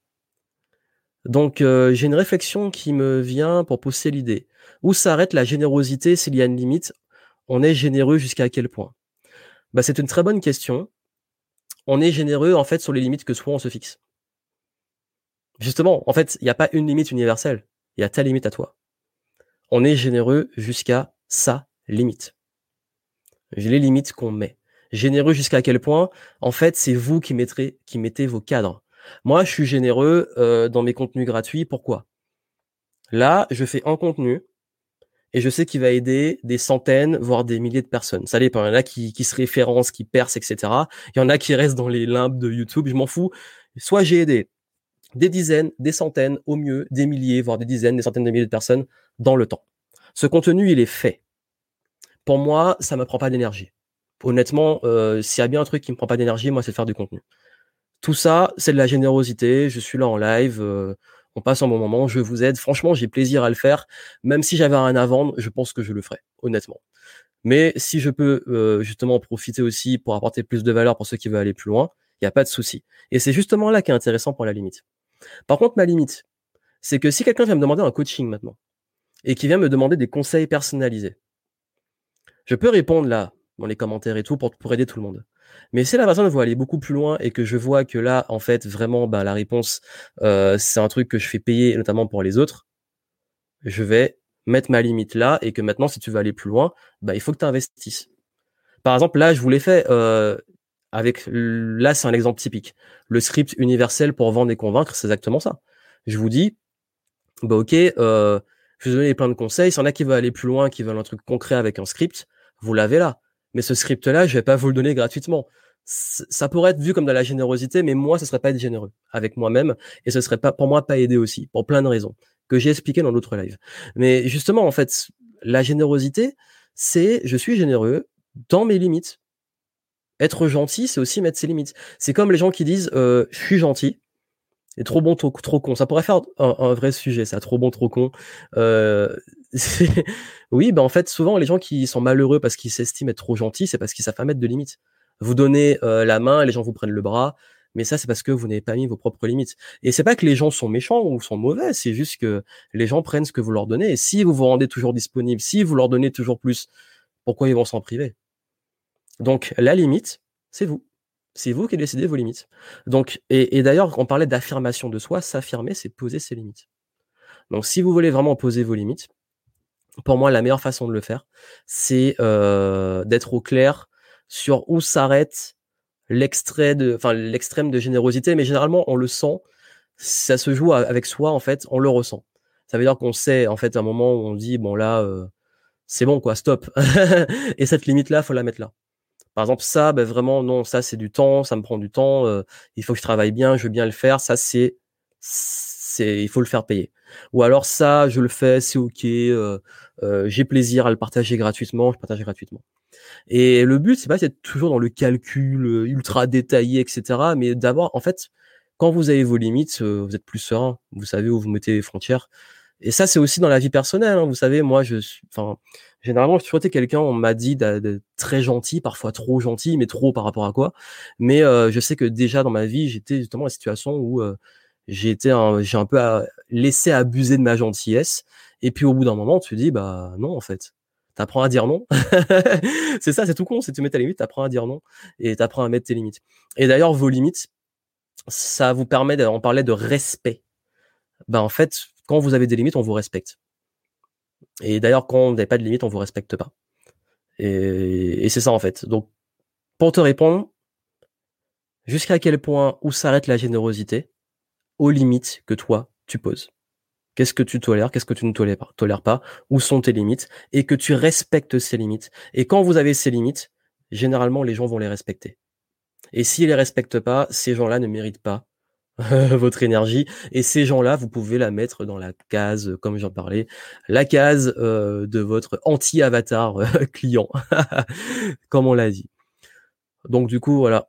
Donc euh, j'ai une réflexion qui me vient pour pousser l'idée. Où s'arrête la générosité s'il y a une limite? On est généreux jusqu'à quel point? Bah c'est une très bonne question. On est généreux en fait sur les limites que soit on se fixe. Justement, en fait, il n'y a pas une limite universelle. Il y a ta limite à toi. On est généreux jusqu'à sa limite. Les limites qu'on met. Généreux jusqu'à quel point? En fait, c'est vous qui mettrez, qui mettez vos cadres. Moi, je suis généreux euh, dans mes contenus gratuits. Pourquoi? Là, je fais un contenu et je sais qu'il va aider des centaines, voire des milliers de personnes. Ça dépend. Il y en a qui, qui se référencent, qui percent, et cetera. Il y en a qui restent dans les limbes de YouTube. Je m'en fous. Soit j'ai aidé des dizaines, des centaines, au mieux, des milliers, voire des dizaines, des centaines de milliers de personnes dans le temps. Ce contenu, il est fait. Pour moi, ça me prend pas d'énergie. Honnêtement, euh, s'il y a bien un truc qui me prend pas d'énergie, moi, c'est de faire du contenu. Tout ça, c'est de la générosité. Je suis là en live, euh, on passe un bon moment, je vous aide. Franchement, j'ai plaisir à le faire. Même si j'avais rien à vendre, je pense que je le ferais, honnêtement. Mais si je peux euh, justement profiter aussi pour apporter plus de valeur pour ceux qui veulent aller plus loin, il n'y a pas de souci. Et c'est justement là qui est intéressant pour la limite. Par contre, ma limite, c'est que si quelqu'un vient me demander un coaching maintenant et qui vient me demander des conseils personnalisés, je peux répondre là, dans les commentaires et tout, pour, pour aider tout le monde. Mais si la personne veut aller beaucoup plus loin et que je vois que là, en fait, vraiment, bah, la réponse, euh, c'est un truc que je fais payer, notamment pour les autres, je vais mettre ma limite là et que maintenant, si tu veux aller plus loin, bah, il faut que tu investisses. Par exemple, là, je vous l'ai fait euh, avec, là, c'est un exemple typique. Le script universel pour vendre et convaincre, c'est exactement ça. Je vous dis, bah ok, euh, je vais vous donner plein de conseils. S'il y en a qui veulent aller plus loin, qui veulent un truc concret avec un script, vous l'avez là. Mais ce script-là, je vais pas vous le donner gratuitement. C- Ça pourrait être vu comme de la générosité, mais moi, ce serait pas être généreux avec moi-même, et ce serait pas, pour moi, pas aider aussi, pour plein de raisons que j'ai expliquées dans d'autres lives. Mais justement, en fait, la générosité, c'est, je suis généreux dans mes limites. Être gentil, c'est aussi mettre ses limites. C'est comme les gens qui disent, euh, je suis gentil, et trop bon, trop, trop con. Ça pourrait faire un, un vrai sujet, ça. Trop bon, trop con. Euh, c'est- oui, ben en fait, souvent, les gens qui sont malheureux parce qu'ils s'estiment être trop gentils, c'est parce qu'ils savent pas mettre de limites. Vous donnez euh, la main, les gens vous prennent le bras, mais ça, c'est parce que vous n'avez pas mis vos propres limites. Et c'est pas que les gens sont méchants ou sont mauvais, c'est juste que les gens prennent ce que vous leur donnez. Et si vous vous rendez toujours disponible, si vous leur donnez toujours plus, pourquoi ils vont s'en priver? Donc, la limite, c'est vous. C'est vous qui décidez vos limites. Donc, et, et d'ailleurs, on parlait d'affirmation de soi. S'affirmer, c'est poser ses limites. Donc, si vous voulez vraiment poser vos limites, pour moi, la meilleure façon de le faire, c'est euh, d'être au clair sur où s'arrête l'extrait de, enfin, l'extrême de générosité. Mais généralement, on le sent. Ça se joue avec soi, en fait. On le ressent. Ça veut dire qu'on sait, en fait, à un moment où on dit, bon là, euh, c'est bon, quoi, stop. Et cette limite-là, faut la mettre là. Par exemple, ça, ben vraiment, non, ça, c'est du temps, ça me prend du temps, euh, il faut que je travaille bien, je veux bien le faire, ça, c'est, c'est, il faut le faire payer. Ou alors, ça, je le fais, c'est OK, euh, euh, j'ai plaisir à le partager gratuitement, je partage gratuitement. Et le but, c'est pas d'être toujours dans le calcul euh, ultra détaillé, et cetera, mais d'abord, en fait, quand vous avez vos limites, euh, vous êtes plus serein, vous savez où vous mettez les frontières. Et ça, c'est aussi dans la vie personnelle, hein. Vous savez, moi, je suis, enfin, généralement, je suis toujours été quelqu'un, on m'a dit d'être très gentil, parfois trop gentil, mais trop par rapport à quoi. Mais euh, je sais que déjà dans ma vie, j'étais justement dans la situation où euh, j'ai été, un, j'ai un peu à, laissé abuser de ma gentillesse. Et puis au bout d'un moment, tu te dis, bah non, en fait, t'apprends à dire non. C'est ça, c'est tout con, c'est tu mets ta limite, t'apprends à dire non et t'apprends à mettre tes limites. Et d'ailleurs, vos limites, ça vous permet, de, on parlait de respect. Bah en fait, quand vous avez des limites, on vous respecte. Et d'ailleurs, quand on n'a pas de limite, on vous respecte pas. Et, et c'est ça en fait. Donc, pour te répondre, jusqu'à quel point où s'arrête la générosité, aux limites que toi tu poses. Qu'est-ce que tu tolères, qu'est-ce que tu ne tolères pas, tolères pas, où sont tes limites, et que tu respectes ces limites. Et quand vous avez ces limites, généralement les gens vont les respecter. Et s'ils les respectent pas, ces gens-là ne méritent pas votre énergie. Et ces gens-là, vous pouvez la mettre dans la case, comme j'en parlais, la case euh, de votre anti-avatar euh, client, comme on l'a dit. Donc du coup, voilà.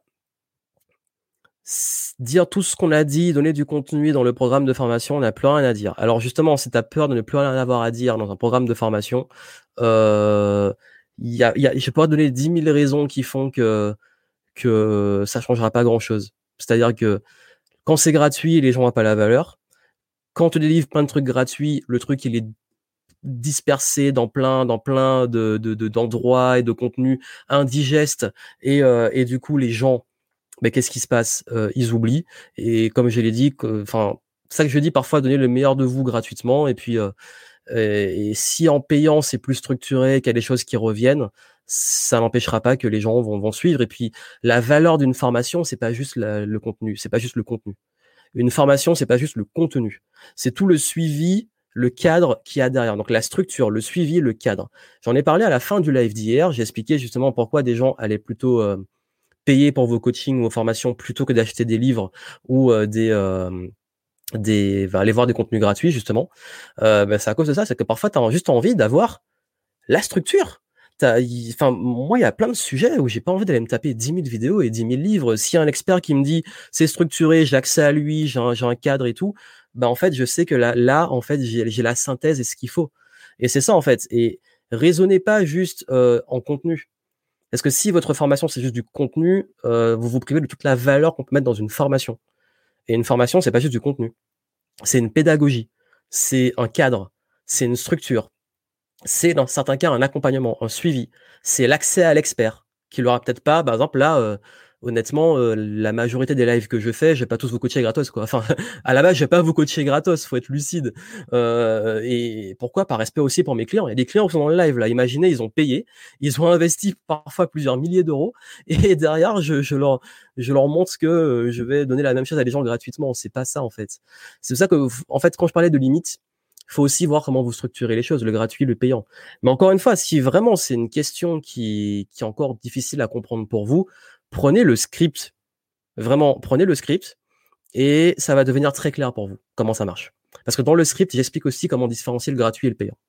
S- Dire tout ce qu'on a dit, donner du contenu dans le programme de formation, on n'a plus rien à dire. Alors justement, si tu as peur de ne plus rien avoir à dire dans un programme de formation, euh, y a, y a, je pourrais te donner dix mille raisons qui font que, que ça changera pas grand-chose. C'est-à-dire que quand c'est gratuit, les gens n'ont pas la valeur. Quand on te délivre plein de trucs gratuits, le truc il est dispersé dans plein dans plein de, de, de d'endroits et de contenus indigestes et euh, et du coup les gens, mais qu'est-ce qui se passe? Euh, ils oublient. Et comme je l'ai dit, enfin, c'est ça que je dis parfois, donner le meilleur de vous gratuitement. Et puis, euh, et, et si en payant c'est plus structuré, qu'il y a des choses qui reviennent, ça n'empêchera pas que les gens vont, vont suivre. Et puis, la valeur d'une formation, c'est pas juste la, le contenu, c'est pas juste le contenu. Une formation, c'est pas juste le contenu, c'est tout le suivi, le cadre qu'il y a derrière. Donc la structure, le suivi, le cadre. J'en ai parlé à la fin du live d'hier. J'ai expliqué justement pourquoi des gens allaient plutôt euh, payer pour vos coachings ou vos formations plutôt que d'acheter des livres ou euh, des euh, des enfin, aller voir des contenus gratuits justement. Euh, ben, c'est à cause de ça, c'est que parfois tu as juste envie d'avoir la structure. T'as, y- enfin, moi, il y a plein de sujets où j'ai pas envie d'aller me taper dix mille vidéos et dix mille livres. S'il y a un expert qui me dit c'est structuré, j'ai accès à lui, j'ai un, j'ai un cadre et tout, ben en fait, je sais que là, là, en fait, j'ai, j'ai la synthèse et ce qu'il faut. Et c'est ça en fait. Et raisonnez pas juste euh, en contenu. Parce que si votre formation c'est juste du contenu, euh, vous vous privez de toute la valeur qu'on peut mettre dans une formation. Et une formation, c'est pas juste du contenu. C'est une pédagogie, c'est un cadre, c'est une structure, c'est dans certains cas un accompagnement, un suivi, c'est l'accès à l'expert. qu'il aura peut-être pas. Par exemple, là, euh, honnêtement, euh, la majorité des lives que je fais, je vais pas tous vous coacher gratos, quoi. Enfin, à la base, je vais pas vous coacher gratos, faut être lucide. Euh, et pourquoi? Par respect aussi pour mes clients. Il y a des clients qui sont dans le live, là. Imaginez, ils ont payé, ils ont investi parfois plusieurs milliers d'euros, et derrière, je, je leur, je leur montre que euh, je vais donner la même chose à des gens gratuitement. C'est pas ça, en fait. C'est pour ça que, en fait, quand je parlais de limites, faut aussi voir comment vous structurez les choses, le gratuit, le payant. Mais encore une fois, si vraiment c'est une question qui, qui est encore difficile à comprendre pour vous, prenez le script. Vraiment, prenez le script et ça va devenir très clair pour vous, comment ça marche. Parce que dans le script, j'explique aussi comment différencier le gratuit et le payant.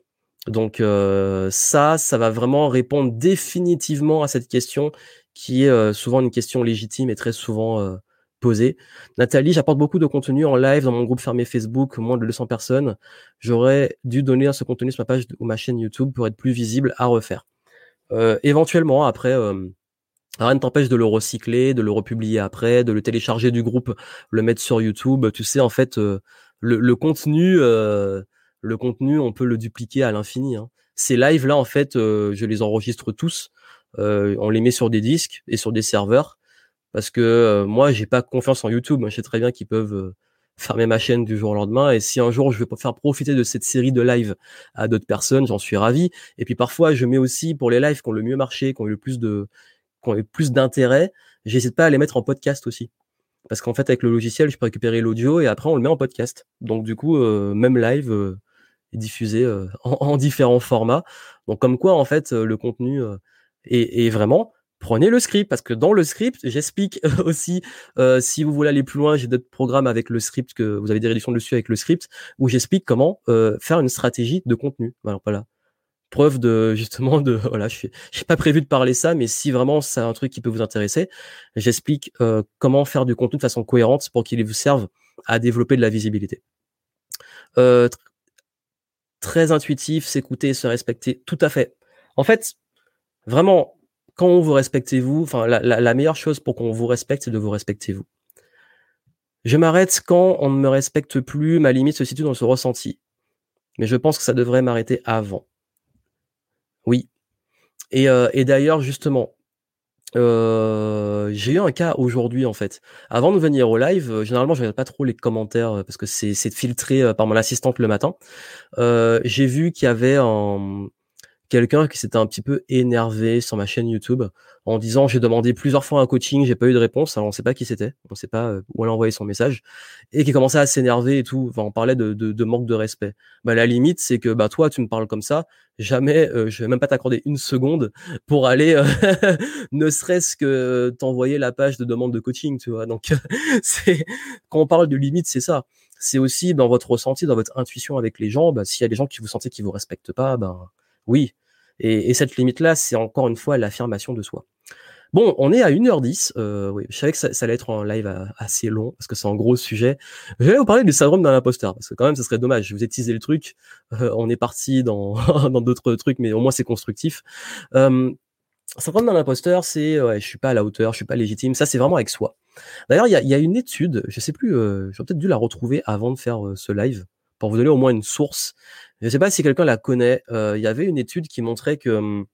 Donc euh, ça, ça va vraiment répondre définitivement à cette question qui est euh, souvent une question légitime et très souvent euh, posée. Nathalie, j'apporte beaucoup de contenu en live dans mon groupe fermé Facebook, moins de deux cents personnes. J'aurais dû donner ce contenu sur ma page ou ma chaîne YouTube pour être plus visible à refaire. Euh, éventuellement, après... Euh, rien ne t'empêche de le recycler, de le republier après, de le télécharger du groupe, le mettre sur YouTube. Tu sais, en fait, euh, le, le contenu, euh, le contenu, on peut le dupliquer à l'infini. Hein. Ces lives-là, en fait, euh, je les enregistre tous. Euh, on les met sur des disques et sur des serveurs parce que euh, moi, j'ai pas confiance en YouTube. Je sais très bien qu'ils peuvent euh, fermer ma chaîne du jour au lendemain. Et si un jour je veux faire profiter de cette série de lives à d'autres personnes, j'en suis ravi. Et puis parfois, je mets aussi pour les lives qui ont le mieux marché, qui ont eu le plus de qui ont eu plus d'intérêt, j'hésite pas à les mettre en podcast aussi. Parce qu'en fait, avec le logiciel, je peux récupérer l'audio et après, on le met en podcast. Donc, du coup, euh, même live euh, est diffusé euh, en, en différents formats. Donc, comme quoi, en fait, euh, le contenu euh, est, est vraiment... Prenez le script, parce que dans le script, j'explique aussi, euh, si vous voulez aller plus loin, j'ai d'autres programmes avec le script, que vous avez des réductions dessus avec le script, où j'explique comment euh, faire une stratégie de contenu. Voilà, voilà. Preuve de justement de voilà, je j'ai pas prévu de parler ça, mais si vraiment c'est un truc qui peut vous intéresser, j'explique euh, comment faire du contenu de façon cohérente pour qu'il vous serve à développer de la visibilité. Euh, tr- Très intuitif, s'écouter, se respecter, tout à fait. En fait, vraiment, quand vous respectez vous, enfin la, la, la meilleure chose pour qu'on vous respecte, c'est de vous respecter vous. Je m'arrête quand on ne me respecte plus, ma limite se situe dans ce ressenti. Mais je pense que ça devrait m'arrêter avant. Oui. Et, euh, et d'ailleurs, justement, Euh, j'ai eu un cas aujourd'hui en fait. Avant de venir au live, euh, généralement je regarde pas trop les commentaires euh, parce que c'est c'est filtré euh, par mon assistante le matin. Euh, j'ai vu qu'il y avait un quelqu'un qui s'était un petit peu énervé sur ma chaîne YouTube en disant j'ai demandé plusieurs fois un coaching, j'ai pas eu de réponse. Alors on sait pas qui c'était, on sait pas euh, où elle a envoyé son message et qui commençait à s'énerver et tout. Enfin, on parlait de, de, de manque de respect. Bah la limite c'est que bah toi tu me parles comme ça, jamais euh, je vais même pas t'accorder une seconde pour aller euh, ne serait-ce que t'envoyer la page de demande de coaching, tu vois. Donc c'est quand on parle de limite c'est ça. C'est aussi dans votre ressenti, dans votre intuition avec les gens. Bah s'il y a des gens qui vous sentez qui vous respectent pas, ben oui. Et, et cette limite-là, c'est encore une fois l'affirmation de soi. Bon, on est à une heure dix. Euh, oui, je savais que ça, ça allait être un live à- assez long parce que c'est un gros sujet. Je vais vous parler du syndrome d'un imposteur parce que quand même, ce serait dommage. Je vous ai teasé le truc. Euh, on est parti dans dans d'autres trucs, mais au moins c'est constructif. Euh, syndrome d'un imposteur, c'est ouais, je suis pas à la hauteur, je suis pas légitime. Ça, c'est vraiment avec soi. D'ailleurs, il y a, il y a une étude, je sais plus, euh, j'aurais peut-être dû la retrouver avant de faire euh, ce live pour vous donner au moins une source. Je sais pas si quelqu'un la connaît. Euh, Il y avait une étude qui montrait que hum,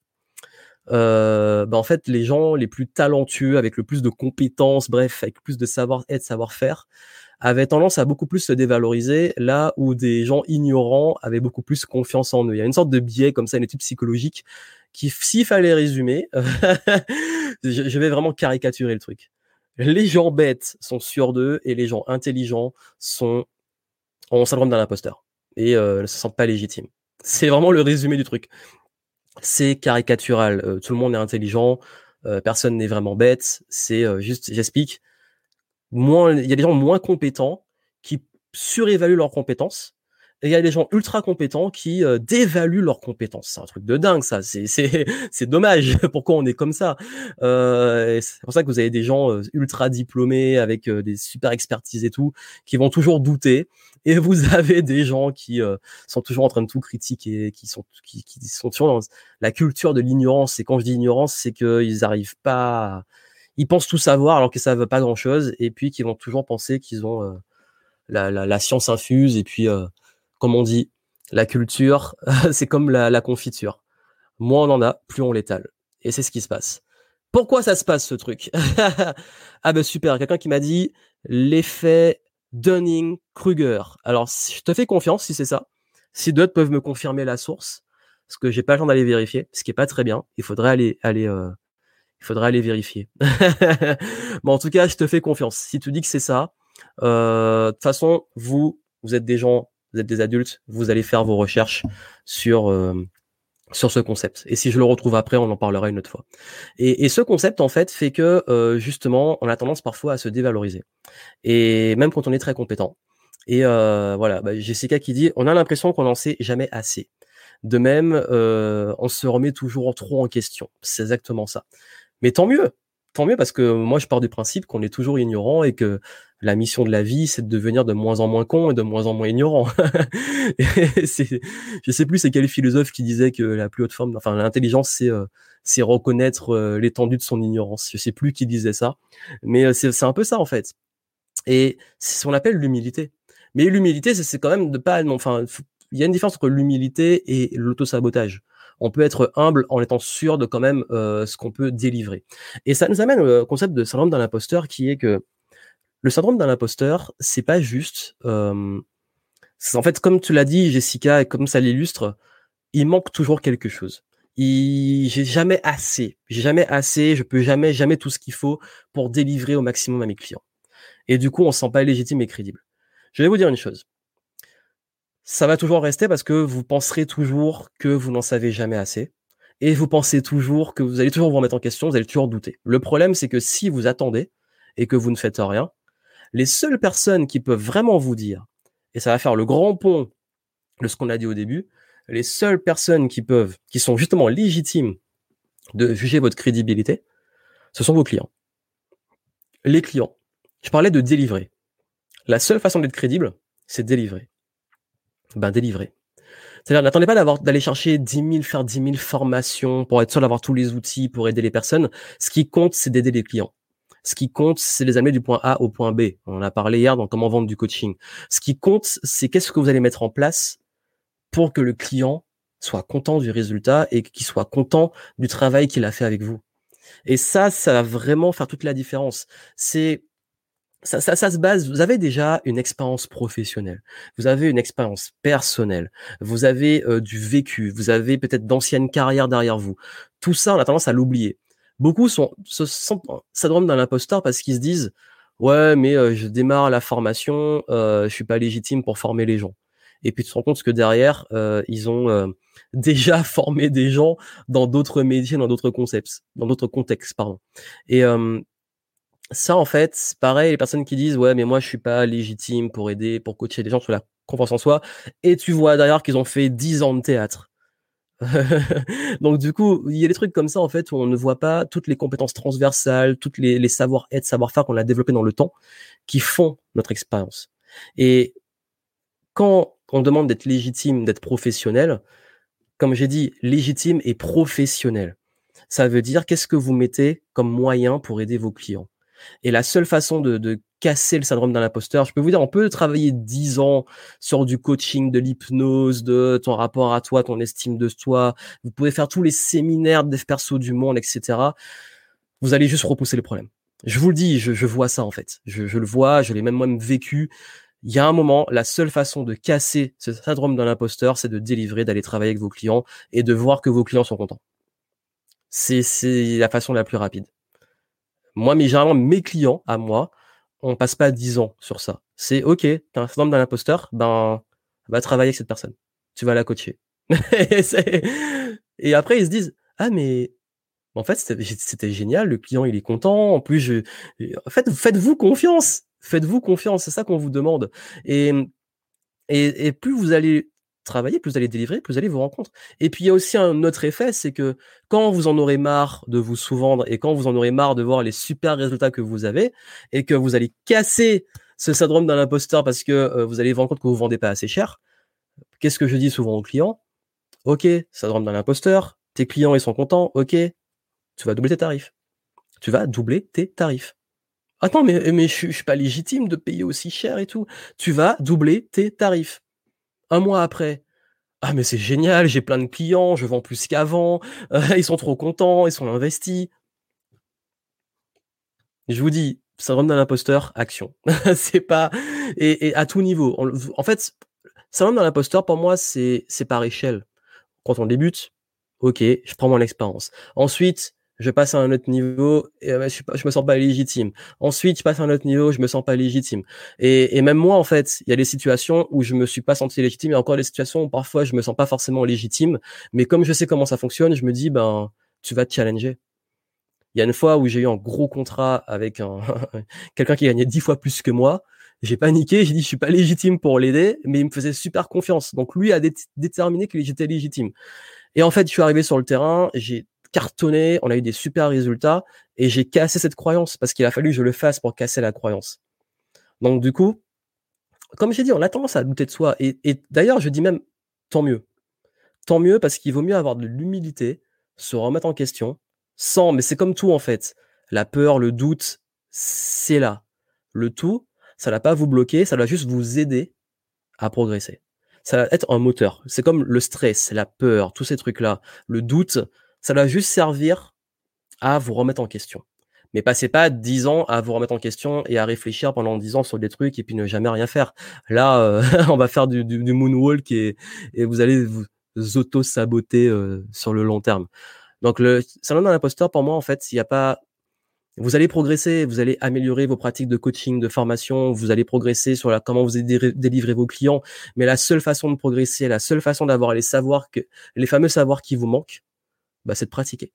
euh, bah en fait, les gens les plus talentueux, avec le plus de compétences, bref, avec plus de savoir-être, savoir-faire, avaient tendance à beaucoup plus se dévaloriser, là où des gens ignorants avaient beaucoup plus confiance en eux. Il y a une sorte de biais comme ça, une étude psychologique, qui, s'il fallait résumer, je je vais vraiment caricaturer le truc. Les gens bêtes sont sûrs d'eux et les gens intelligents sont ont syndrome d'un imposteur et euh, ne se sentent pas légitimes. C'est vraiment le résumé du truc. C'est caricatural. Euh, tout le monde est intelligent, euh, personne n'est vraiment bête. C'est euh, juste, j'explique. Moins, il y a des gens moins compétents qui surévaluent leurs compétences. Et il y a des gens ultra compétents qui euh, dévaluent leurs compétences. C'est un truc de dingue, ça. C'est c'est c'est dommage. Pourquoi on est comme ça? Euh, c'est pour ça que vous avez des gens euh, ultra diplômés avec euh, des super expertises et tout, qui vont toujours douter. Et vous avez des gens qui euh, sont toujours en train de tout critiquer, qui sont qui, qui sont toujours dans la culture de l'ignorance. Et quand je dis ignorance, c'est qu'ils arrivent pas, à... ils pensent tout savoir alors qu'ils savent pas grand chose, et puis qu'ils vont toujours penser qu'ils ont euh, la, la, la science infuse. Et puis, euh, comme on dit, la culture, c'est comme la, la confiture. Moins on en a, plus on l'étale. Et c'est ce qui se passe. Pourquoi ça se passe ce truc? Ah bah super, quelqu'un qui m'a dit l'effet Dunning-Kruger. Alors si je te fais confiance si c'est ça. Si d'autres peuvent me confirmer la source, parce que j'ai pas le temps d'aller vérifier, ce qui est pas très bien. Il faudrait aller aller, heu, il faudrait aller vérifier. Mais en tout cas, je te fais confiance. Si tu dis que c'est ça, heu, de toute façon, vous, vous êtes des gens, vous êtes des adultes, vous allez faire vos recherches sur, hem, sur ce concept. Et si je le retrouve après, on en parlera une autre fois. Et, et ce concept, en fait, fait que euh, justement, on a tendance parfois à se dévaloriser. Et même quand on est très compétent. Et euh, voilà, bah, Jessica qui dit, on a l'impression qu'on n'en sait jamais assez. De même, euh, on se remet toujours trop en question. C'est exactement ça. Mais tant mieux, tant mieux parce que moi je pars du principe qu'on est toujours ignorant et que la mission de la vie c'est de devenir de moins en moins con et de moins en moins ignorant. Et c'est, je sais plus c'est quel philosophe qui disait que la plus haute forme, enfin l'intelligence c'est euh, c'est reconnaître euh, l'étendue de son ignorance. Je sais plus qui disait ça, mais euh, c'est c'est un peu ça en fait. Et c'est ce qu'on appelle l'humilité. Mais l'humilité c'est c'est quand même de pas, non, enfin faut- il y a une différence entre l'humilité et l'autosabotage. On peut être humble en étant sûr de quand même euh, ce qu'on peut délivrer. Et ça nous amène au concept de syndrome d'un imposteur qui est que le syndrome d'un imposteur, c'est pas juste. Euh, c'est en fait, comme tu l'as dit, Jessica, et comme ça l'illustre, il manque toujours quelque chose. Il, j'ai jamais assez, j'ai jamais assez, je peux jamais, jamais tout ce qu'il faut pour délivrer au maximum à mes clients. Et du coup, on se sent pas légitime et crédible. Je vais vous dire une chose. Ça va toujours rester parce que vous penserez toujours que vous n'en savez jamais assez. Et vous pensez toujours que vous allez toujours vous remettre en question, vous allez toujours douter. Le problème, c'est que si vous attendez et que vous ne faites rien, les seules personnes qui peuvent vraiment vous dire, et ça va faire le grand pont de ce qu'on a dit au début, les seules personnes qui peuvent, qui sont justement légitimes de juger votre crédibilité, ce sont vos clients. Les clients. Je parlais de délivrer. La seule façon d'être crédible, c'est délivrer. Ben, délivrer. C'est-à-dire, n'attendez pas d'avoir, d'aller chercher dix mille, faire dix mille formations pour être sûr d'avoir tous les outils pour aider les personnes. Ce qui compte, c'est d'aider les clients. Ce qui compte, c'est les amener du point A au point B. On en a parlé hier dans comment vendre du coaching. Ce qui compte, c'est qu'est-ce que vous allez mettre en place pour que le client soit content du résultat et qu'il soit content du travail qu'il a fait avec vous. Et ça, ça va vraiment faire toute la différence. C'est ça, ça, ça se base, vous avez déjà une expérience professionnelle, vous avez une expérience personnelle, vous avez euh, du vécu, vous avez peut-être d'anciennes carrières derrière vous. Tout ça, on a tendance à l'oublier. Beaucoup sont, se sentent syndrome d'un imposteur parce qu'ils se disent ouais, mais euh, je démarre la formation, euh, je suis pas légitime pour former les gens. Et puis tu te rends compte que derrière, euh, ils ont euh, déjà formé des gens dans d'autres métiers, dans d'autres concepts, dans d'autres contextes, pardon. Et euh, ça, en fait, c'est pareil, les personnes qui disent ouais, mais moi je suis pas légitime pour aider, pour coacher des gens sur la confiance en soi, et tu vois d'ailleurs qu'ils ont fait dix ans de théâtre. Donc du coup, il y a des trucs comme ça en fait où on ne voit pas toutes les compétences transversales, toutes les, les savoir-être, savoir-faire qu'on a développés dans le temps, qui font notre expérience. Et quand on demande d'être légitime, d'être professionnel, comme j'ai dit, légitime et professionnel, ça veut dire qu'est-ce que vous mettez comme moyen pour aider vos clients. Et la seule façon de, de casser le syndrome d'un imposteur, je peux vous dire, on peut travailler dix ans sur du coaching, de l'hypnose, de ton rapport à toi, ton estime de toi. Vous pouvez faire tous les séminaires de dev perso du monde, et cetera. Vous allez juste repousser les problèmes. Je vous le dis, je, je vois ça en fait. Je, je le vois, je l'ai même moi-même vécu. Il y a un moment, la seule façon de casser ce syndrome d'un imposteur, c'est de délivrer, d'aller travailler avec vos clients et de voir que vos clients sont contents. C'est, c'est la façon la plus rapide. Moi, mais généralement, mes clients, à moi, on passe pas dix ans sur ça. C'est OK, t'as un syndrome d'un imposteur, ben, va travailler avec cette personne. Tu vas la coacher. et, c'est... et après, ils se disent, ah, mais, en fait, c'était, c'était génial, le client, il est content. En plus, je, en fait, faites-vous confiance. Faites-vous confiance. C'est ça qu'on vous demande. Et, et, et plus vous allez travailler, plus vous allez délivrer, plus vous allez vous rendre compte. Et puis il y a aussi un autre effet, c'est que quand vous en aurez marre de vous sous-vendre et quand vous en aurez marre de voir les super résultats que vous avez et que vous allez casser ce syndrome d'un imposteur parce que euh, vous allez vous rendre compte que vous vendez pas assez cher, qu'est-ce que je dis souvent aux clients? Ok, syndrome d'un imposteur, tes clients ils sont contents, ok, tu vas doubler tes tarifs. Tu vas doubler tes tarifs. Attends, mais, mais je, je suis pas légitime de payer aussi cher et tout. Tu vas doubler tes tarifs. Un mois après, ah mais c'est génial, j'ai plein de clients, je vends plus qu'avant, euh, ils sont trop contents, ils sont investis. Je vous dis, syndrome d'un imposteur, action. C'est pas et et à tout niveau. En en fait, syndrome d'un imposteur pour moi, c'est c'est par échelle. Quand on débute, OK, je prends mon expérience. Ensuite, je passe à un autre niveau et heu, je suis pas je me sens pas légitime. Ensuite, je passe à un autre niveau, je me sens pas légitime et et même moi, en fait, il y a des situations où je me suis pas senti légitime. Il y a encore des situations où parfois je me sens pas forcément légitime, mais comme je sais comment ça fonctionne, je me dis: «Ben, tu vas te challenger». Il y a une fois où j'ai eu un gros contrat avec un quelqu'un qui gagnait dix fois plus que moi. J'ai paniqué, j'ai dit: «Je suis pas légitime pour l'aider», mais il me faisait super confiance. Donc lui a dét déterminé que j'étais légitime. Et en fait, je suis arrivé sur le terrain, j'ai cartonné, on a eu des super résultats et j'ai cassé cette croyance parce qu'il a fallu que je le fasse pour casser la croyance. Donc du coup, comme j'ai dit, on a tendance à douter de soi et et d'ailleurs, je dis même tant mieux. Tant mieux parce qu'il vaut mieux avoir de l'humilité, se remettre en question, sans mais c'est comme tout en fait. La peur, le doute, c'est là. Le tout, ça va pas vous bloquer, ça va juste vous aider à progresser. Ça va être un moteur. C'est comme le stress, la peur, tous ces trucs-là. Le doute, ça va juste servir à vous remettre en question. Mais passez pas dix ans à vous remettre en question et à réfléchir pendant dix ans sur des trucs et puis ne jamais rien faire. Là, euh, on va faire du, du, du moonwalk et, et vous allez vous auto-saboter euh, sur le long terme. Donc le salon d'un imposteur, pour moi, en fait, il n'y a pas. Vous allez progresser, vous allez améliorer vos pratiques de coaching, de formation, vous allez progresser sur la comment vous dé- délivrer vos clients. Mais la seule façon de progresser, la seule façon d'avoir les savoirs que les fameux savoirs qui vous manquent, bah, c'est de pratiquer.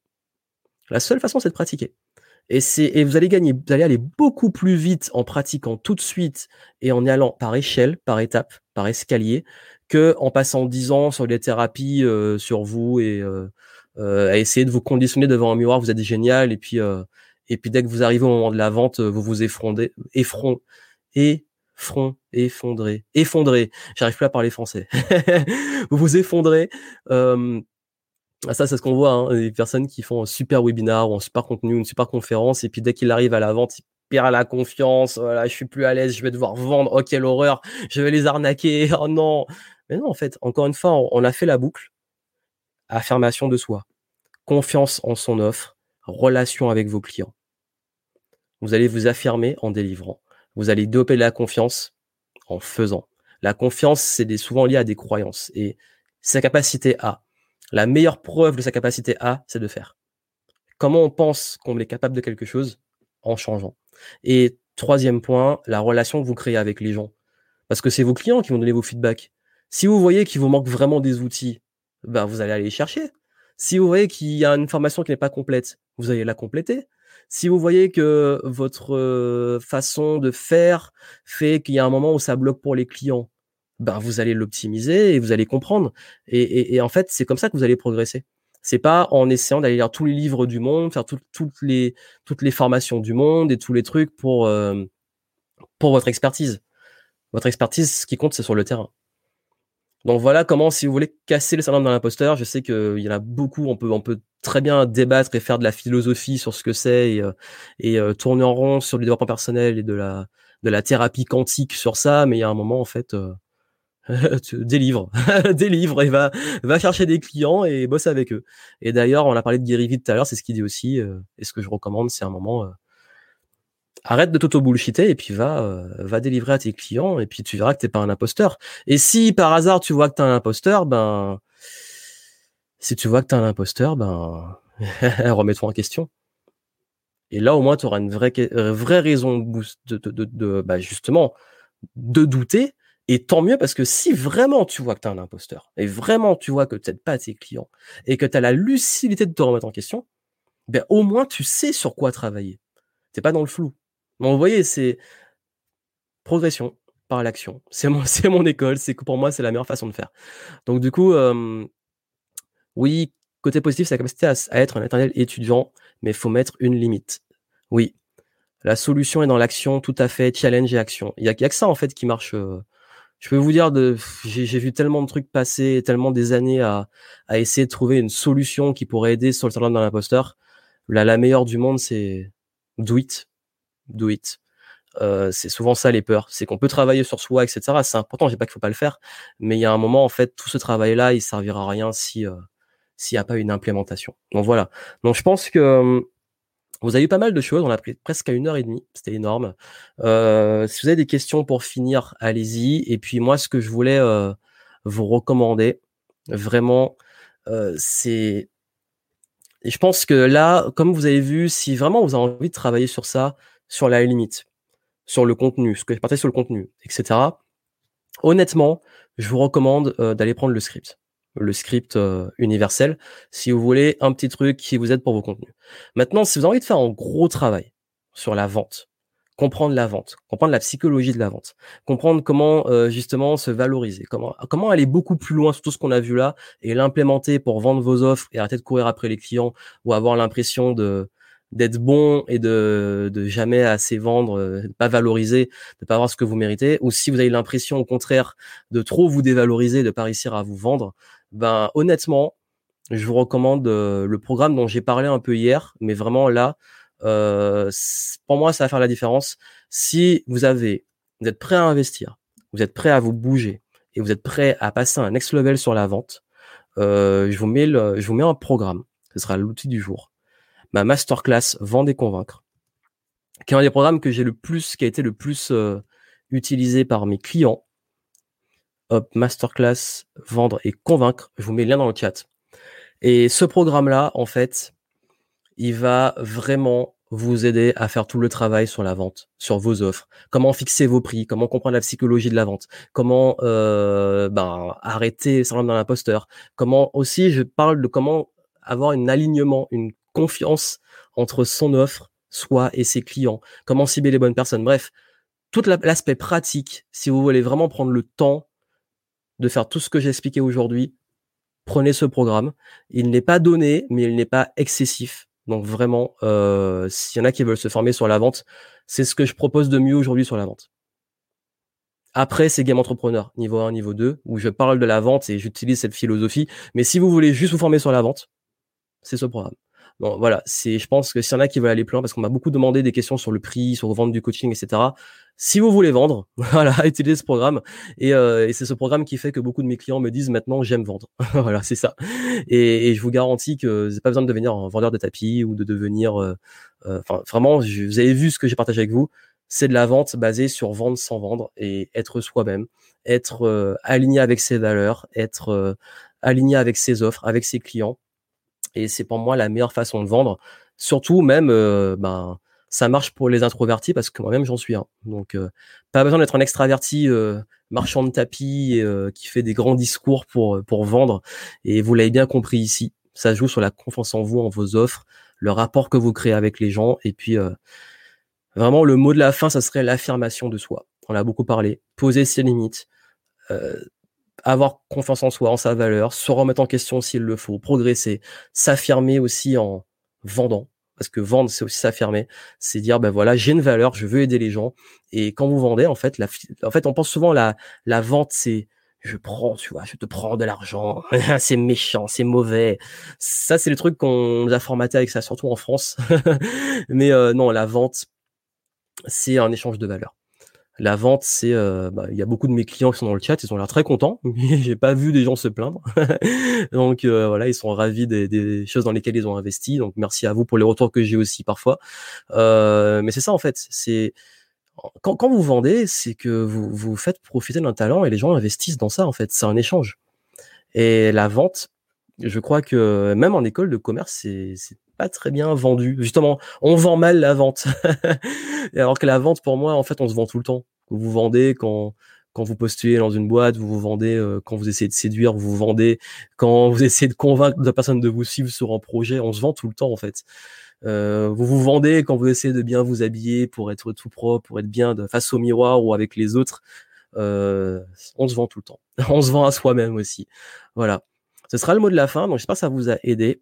La seule façon, c'est de pratiquer. Et c'est et vous allez gagner, vous allez aller beaucoup plus vite en pratiquant tout de suite et en y allant par échelle, par étape, par escalier, que en passant dix ans sur des thérapies euh, sur vous et euh, euh, à essayer de vous conditionner devant un miroir, vous êtes génial et puis euh, et puis dès que vous arrivez au moment de la vente, vous vous effrondez, effron, effron, effondrez, effondrez. J'arrive plus à parler français. Vous vous effondrez. Euh, ah, ça, c'est ce qu'on voit, hein, des personnes qui font un super webinar ou un super contenu, une super conférence, et puis dès qu'il arrive à la vente, il perd la confiance. Voilà, je suis plus à l'aise, je vais devoir vendre. Oh, quelle horreur, je vais les arnaquer. Oh non. Mais non, en fait, encore une fois, on, on a fait la boucle. Affirmation de soi, confiance en son offre, relation avec vos clients. Vous allez vous affirmer en délivrant. Vous allez développer la confiance en faisant. La confiance, c'est des, souvent lié à des croyances et sa capacité à. La meilleure preuve de sa capacité à, c'est de faire. Comment on pense qu'on est capable de quelque chose? En changeant. Et troisième point, la relation que vous créez avec les gens. Parce que c'est vos clients qui vont donner vos feedbacks. Si vous voyez qu'il vous manque vraiment des outils, ben vous allez aller les chercher. Si vous voyez qu'il y a une formation qui n'est pas complète, vous allez la compléter. Si vous voyez que votre euh, façon de faire fait qu'il y a un moment où ça bloque pour les clients, ben vous allez l'optimiser et vous allez comprendre. Et, et, et en fait, c'est comme ça que vous allez progresser. C'est pas en essayant d'aller lire tous les livres du monde, faire tout- toutes les toutes les formations du monde et tous les trucs pour euh, pour votre expertise. Votre expertise, ce qui compte, c'est sur le terrain. Donc voilà comment, si vous voulez casser le syndrome de l'imposteur, je sais qu'il y en a beaucoup, on peut, on peut très bien débattre et faire de la philosophie sur ce que c'est et, euh, et euh, tourner en rond sur le développement personnel et de la, de la thérapie quantique sur ça, mais il y a un moment, en fait, euh, tu délivre, délivre et va, va chercher des clients et bosse avec eux. Et d'ailleurs, on a parlé de Gary Vee tout à l'heure, c'est ce qu'il dit aussi, euh, et ce que je recommande, c'est un moment, euh, arrête de t'auto-bullshiter et puis va, euh, va délivrer à tes clients et puis tu verras que t'es pas un imposteur. Et si par hasard tu vois que t'es un imposteur, ben, si tu vois que t'es un imposteur, ben, remets-toi en question. Et là, au moins, tu auras une vraie, euh, vraie raison de, boost- de, de, de, de- bah, justement, de douter. Et tant mieux parce que si vraiment tu vois que t'es un imposteur et vraiment tu vois que tu n'aides pas tes clients et que tu as la lucidité de te remettre en question, ben, au moins tu sais sur quoi travailler. T'es pas dans le flou. Donc, vous voyez, c'est, progression par l'action. C'est mon c'est mon école, c'est que pour moi, c'est la meilleure façon de faire. Donc du coup, hem, oui, côté positif, c'est la capacité à s à être un éternel étudiant, mais il faut mettre une limite. Oui, la solution est dans l'action, tout à fait, challenge et action. Il y a il y a que ça, en fait, qui marche, heu, je peux vous dire de j'ai j'ai vu tellement de trucs passer, tellement des années à à essayer de trouver une solution qui pourrait aider sur le syndrome de l'imposteur. La la meilleure du monde, c'est do it, do it. Euh, c'est souvent ça les peurs, c'est qu'on peut travailler sur soi, et cetera. C'est important, je dis pas qu'il faut pas le faire, mais il y a un moment en fait, tout ce travail-là, il servira à rien si euh, s'il n'y a pas une implémentation. Donc voilà. Donc je pense que Vous avez eu pas mal de choses, on a pris presque à une heure et demie, c'était énorme. Heu, si vous avez des questions pour finir, allez-y et puis moi ce que je voulais, heu, vous recommander, vraiment, heu, c'est et je pense que là, comme vous avez vu, si vraiment vous avez envie de travailler sur ça, sur la limite, sur le contenu, ce que je partais sur le contenu et cetera, honnêtement, je vous recommande, heu, d'aller prendre le script. Le script, heu, universel, si vous voulez un petit truc qui vous aide pour vos contenus. Maintenant, si vous avez envie de faire un gros travail sur la vente, comprendre la vente, comprendre la psychologie de la vente, comprendre comment, heu, justement se valoriser, comment comment aller beaucoup plus loin sur tout ce qu'on a vu là et l'implémenter pour vendre vos offres et arrêter de courir après les clients ou avoir l'impression de d'être bon et de de jamais assez vendre, heu, de pas valoriser, de pas avoir ce que vous méritez ou si vous avez l'impression au contraire de trop vous dévaloriser, de pas réussir à vous vendre, ben, honnêtement, je vous recommande, heu, le programme dont j'ai parlé un peu hier, mais vraiment là, heu, c pour moi, ça va faire la différence. Si vous avez vous êtes prêt à investir, vous êtes prêt à vous bouger et vous êtes prêt à passer un next level sur la vente, heu, je vous mets le je vous mets un programme. Ce sera l'outil du jour. Ma masterclass Vendre et convaincre, qui est un des programmes que j'ai le plus qui a été le plus, heu, utilisé par mes clients. Hop, masterclass Vendre et convaincre, je vous mets le lien dans le chat et ce programme-là, en fait, il va vraiment vous aider à faire tout le travail sur la vente, sur vos offres, comment fixer vos prix, comment comprendre la psychologie de la vente, comment, heu, ben, arrêter le syndrome de l'imposteur, comment aussi je parle de comment avoir un alignement, une confiance entre son offre, soi et ses clients, comment cibler les bonnes personnes. Bref, tout la l'aspect pratique, si vous voulez vraiment prendre le temps de faire tout ce que j'ai expliqué aujourd'hui, prenez ce programme. Il n'est pas donné, mais il n'est pas excessif. Donc vraiment, heu, s'il y en a qui veulent se former sur la vente, c'est ce que je propose de mieux aujourd'hui sur la vente. Après, c'est Game Entrepreneur, niveau un, niveau deux, où je parle de la vente et j'utilise cette philosophie. Mais si vous voulez juste vous former sur la vente, c'est ce programme. Bon, voilà, c'est, je pense que s'il y en a qui veulent aller plus loin, parce qu'on m'a beaucoup demandé des questions sur le prix, sur vendre du coaching, et cetera. Si vous voulez vendre, voilà, utilisez ce programme. Et, euh, et c'est ce programme qui fait que beaucoup de mes clients me disent maintenant j'aime vendre. Voilà, c'est ça. Et, et je vous garantis que vous n'avez pas besoin de devenir un vendeur de tapis ou de devenir, euh, euh, enfin, vraiment, je, vous avez vu ce que j'ai partagé avec vous. C'est de la vente basée sur vendre sans vendre et être soi-même, être euh, aligné avec ses valeurs, être euh, aligné avec ses offres, avec ses clients. Et c'est pour moi la meilleure façon de vendre. Surtout même, heu, ben, ça marche pour les introvertis parce que moi-même j'en suis un. Donc heu, pas besoin d'être un extraverti, heu, marchand de tapis et heu, qui fait des grands discours pour, heu, pour vendre et vous l'avez bien compris ici, ça se joue sur la confiance en vous, en vos offres, le rapport que vous créez avec les gens et puis, heu, vraiment le mot de la fin, ça serait l'affirmation de soi. On a beaucoup parlé, poser ses limites, heu avoir confiance en soi, en sa valeur, se remettre en question s'il le faut, progresser, s'affirmer aussi en vendant. Parce que vendre, c'est aussi s'affirmer. C'est dire, ben voilà, j'ai une valeur, je veux aider les gens. Et quand vous vendez, en fait, la, en fait, on pense souvent la, la vente, c'est, je prends, tu vois, je te prends de l'argent. C'est méchant, c'est mauvais. Ça, c'est le truc qu'on nous a formaté avec ça, surtout en France. Mais euh, non, la vente, c'est un échange de valeurs. La vente, c'est, heu, bah, il y a beaucoup de mes clients qui sont dans le chat, ils ont l'air très contents, mais j'ai pas vu des gens se plaindre. Donc heu, voilà, ils sont ravis des des choses dans lesquelles ils ont investi, donc merci à vous pour les retours que j'ai aussi parfois. Heu, mais c'est ça en fait, c'est quand quand vous vendez, c'est que vous vous faites profiter d'un talent et les gens investissent dans ça en fait, c'est un échange. Et la vente, je crois que même en école de commerce, c'est c'est pas très bien vendu. Justement, on vend mal la vente. Et alors que la vente, pour moi, en fait, on se vend tout le temps. Vous vendez quand quand vous postulez dans une boîte, vous vous vendez euh, quand vous essayez de séduire, vous vous vendez quand vous essayez de convaincre la personne de vous suivre sur un projet. On se vend tout le temps, en fait. Euh, vous vous vendez quand vous essayez de bien vous habiller pour être tout propre, pour être bien de, face au miroir ou avec les autres. Euh, on se vend tout le temps. On se vend à soi-même aussi. Voilà. Ce sera le mot de la fin. Donc, j'espère que ça vous a aidé.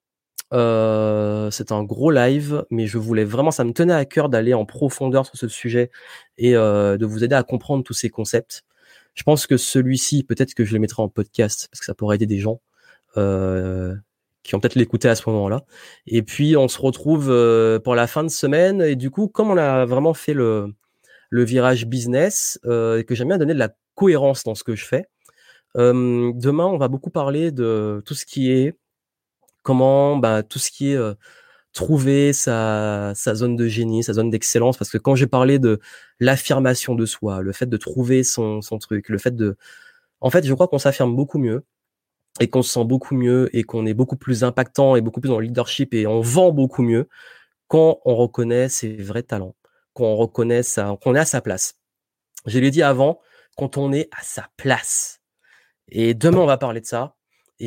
Euh, c'est un gros live, mais je voulais vraiment, ça me tenait à cœur d'aller en profondeur sur ce sujet et euh, de vous aider à comprendre tous ces concepts. Je pense que celui-ci, peut-être que je le mettrai en podcast parce que ça pourrait aider des gens euh, qui vont peut-être l'écouter à ce moment-là. Et puis, on se retrouve euh, pour la fin de semaine. Et du coup, comme on a vraiment fait le, le virage business euh, et que j'aime bien donner de la cohérence dans ce que je fais, euh, demain, on va beaucoup parler de tout ce qui est comment, bah, tout ce qui est euh, trouver sa sa zone de génie, sa zone d'excellence. Parce que quand j'ai parlé de l'affirmation de soi, le fait de trouver son son truc, le fait de, en fait, je crois qu'on s'affirme beaucoup mieux et qu'on se sent beaucoup mieux et qu'on est beaucoup plus impactant et beaucoup plus dans le leadership et on vend beaucoup mieux quand on reconnaît ses vrais talents, quand on reconnaît sa, qu'on est à sa place. Je l'ai dit avant, quand on est à sa place. Et demain, on va parler de ça.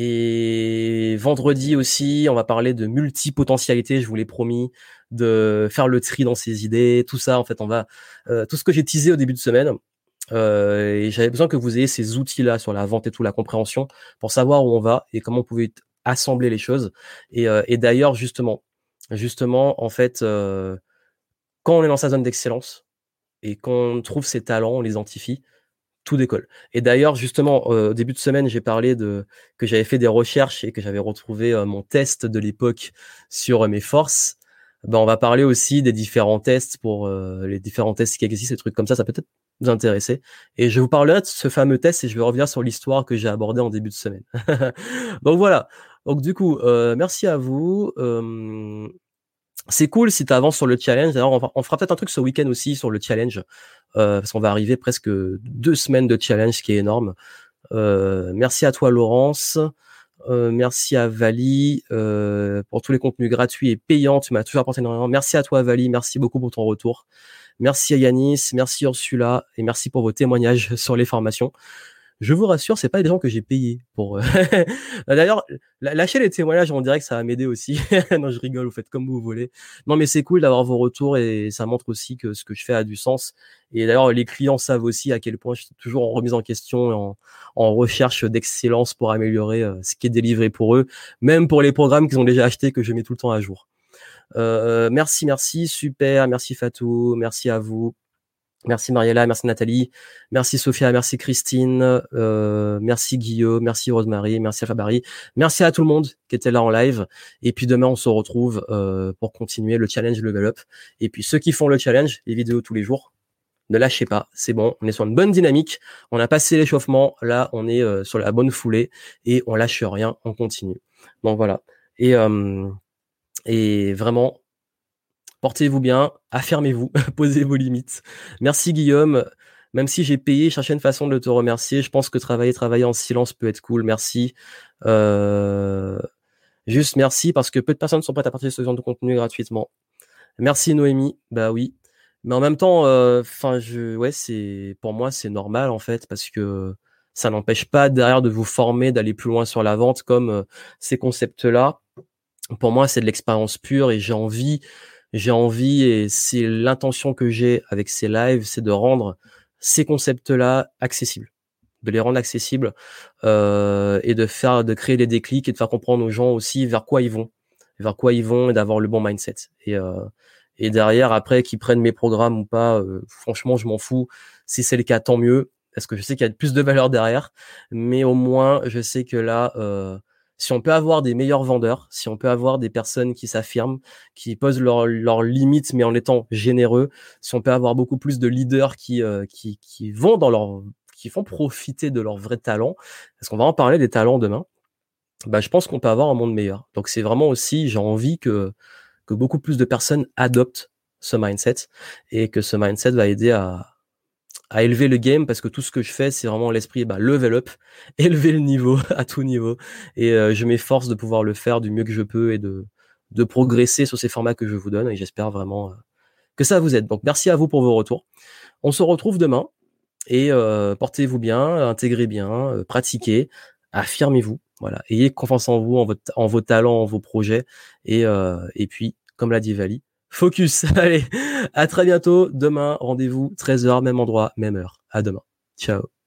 Et vendredi aussi, on va parler de multipotentialité, je vous l'ai promis, de faire le tri dans ses idées, tout ça. En fait, on va, euh, tout ce que j'ai teasé au début de semaine. Euh, et j'avais besoin que vous ayez ces outils-là sur la vente et tout, la compréhension, pour savoir où on va et comment on pouvait assembler les choses. Et, euh, et d'ailleurs, justement, justement, en fait, euh, quand on est dans sa zone d'excellence et qu'on trouve ses talents, on les identifie, tout décolle. Et d'ailleurs, justement, euh, au début de semaine, j'ai parlé de que j'avais fait des recherches et que j'avais retrouvé euh, mon test de l'époque sur euh, mes forces. Ben, on va parler aussi des différents tests pour euh, les différents tests qui existent, des trucs comme ça, ça peut peut-être vous intéresser. Et je vous parlerai de ce fameux test et je vais revenir sur l'histoire que j'ai abordée en début de semaine. Donc voilà. Donc du coup, euh, merci à vous. Euh, c'est cool si tu avances sur le challenge. D'ailleurs, on, va- on fera peut-être un truc ce week-end aussi sur le challenge, euh, parce qu'on va arriver presque deux semaines de challenge, ce qui est énorme. Euh, merci à toi, Laurence. Euh, merci à Vali euh, pour tous les contenus gratuits et payants. Tu m'as toujours apporté énormément. Merci à toi, Vali. Merci beaucoup pour ton retour. Merci à Yanis. Merci Ursula. Et merci pour vos témoignages sur les formations. Je vous rassure, c'est pas des gens que j'ai payés pour. euh, D'ailleurs, la- lâchez les témoignages en direct, ça va m'aider aussi. Non, je rigole, vous faites comme vous voulez. Non, mais c'est cool d'avoir vos retours et ça montre aussi que ce que je fais a du sens. Et d'ailleurs, les clients savent aussi à quel point je suis toujours en remise en question et en, en recherche d'excellence pour améliorer euh, ce qui est délivré pour eux, même pour les programmes qu'ils ont déjà achetés que je mets tout le temps à jour. Euh, merci, merci, super, merci Fatou, merci à vous. Merci Mariella, merci Nathalie, merci Sophia, merci Christine, euh, merci Guillaume, merci Rosemary, merci Fabari, merci à tout le monde qui était là en live. Et puis demain on se retrouve euh, pour continuer le challenge Level Up. Et puis ceux qui font le challenge, les vidéos tous les jours, ne lâchez pas, c'est bon, on est sur une bonne dynamique, on a passé l'échauffement, là on est euh, sur la bonne foulée et on lâche rien, on continue. Donc voilà. Et euh, et vraiment. Portez-vous bien, affirmez-vous, posez vos limites. Merci Guillaume. Même si j'ai payé, chercher une façon de te remercier. Je pense que travailler, travailler en silence peut être cool. Merci. Euh, Juste merci parce que peu de personnes sont prêtes à partager ce genre de contenu gratuitement. Merci Noémie. Bah oui. Mais en même temps, enfin, euh, je, ouais, c'est, pour moi, c'est normal en fait parce que ça n'empêche pas derrière de vous former, d'aller plus loin sur la vente comme euh, ces concepts-là. Pour moi, c'est de l'expérience pure et j'ai envie j'ai envie et c'est l'intention que j'ai avec ces lives, c'est de rendre ces concepts-là accessibles, de les rendre accessibles euh, et de faire, de créer des déclics et de faire comprendre aux gens aussi vers quoi ils vont, vers quoi ils vont et d'avoir le bon mindset. Et euh, et derrière, après, qu'ils prennent mes programmes ou pas, euh, franchement, je m'en fous. Si c'est le cas, tant mieux, parce que je sais qu'il y a plus de valeur derrière. Mais au moins, je sais que là, euh, si on peut avoir des meilleurs vendeurs, si on peut avoir des personnes qui s'affirment, qui posent leurs leurs limites, mais en étant généreux, si on peut avoir beaucoup plus de leaders qui euh, qui qui vont dans leur, qui font profiter de leur vrai talent, parce qu'on va en parler des talents demain. Bah, je pense qu'on peut avoir un monde meilleur. Donc c'est vraiment aussi, j'ai envie que que beaucoup plus de personnes adoptent ce mindset et que ce mindset va aider à à élever le game parce que tout ce que je fais, c'est vraiment l'esprit, bah, level up, élever le niveau à tout niveau. Et euh, je m'efforce de pouvoir le faire du mieux que je peux et de, de progresser sur ces formats que je vous donne. Et j'espère vraiment euh, que ça vous aide. Donc, merci à vous pour vos retours. On se retrouve demain et euh, portez-vous bien, intégrez bien, euh, pratiquez, affirmez-vous. Voilà, ayez confiance en vous, en, votre, en vos talents, en vos projets. Et, euh, et puis, comme l'a dit Vali, focus. Allez, à très bientôt. Demain, rendez-vous treize heures, même endroit, même heure. À demain. Ciao.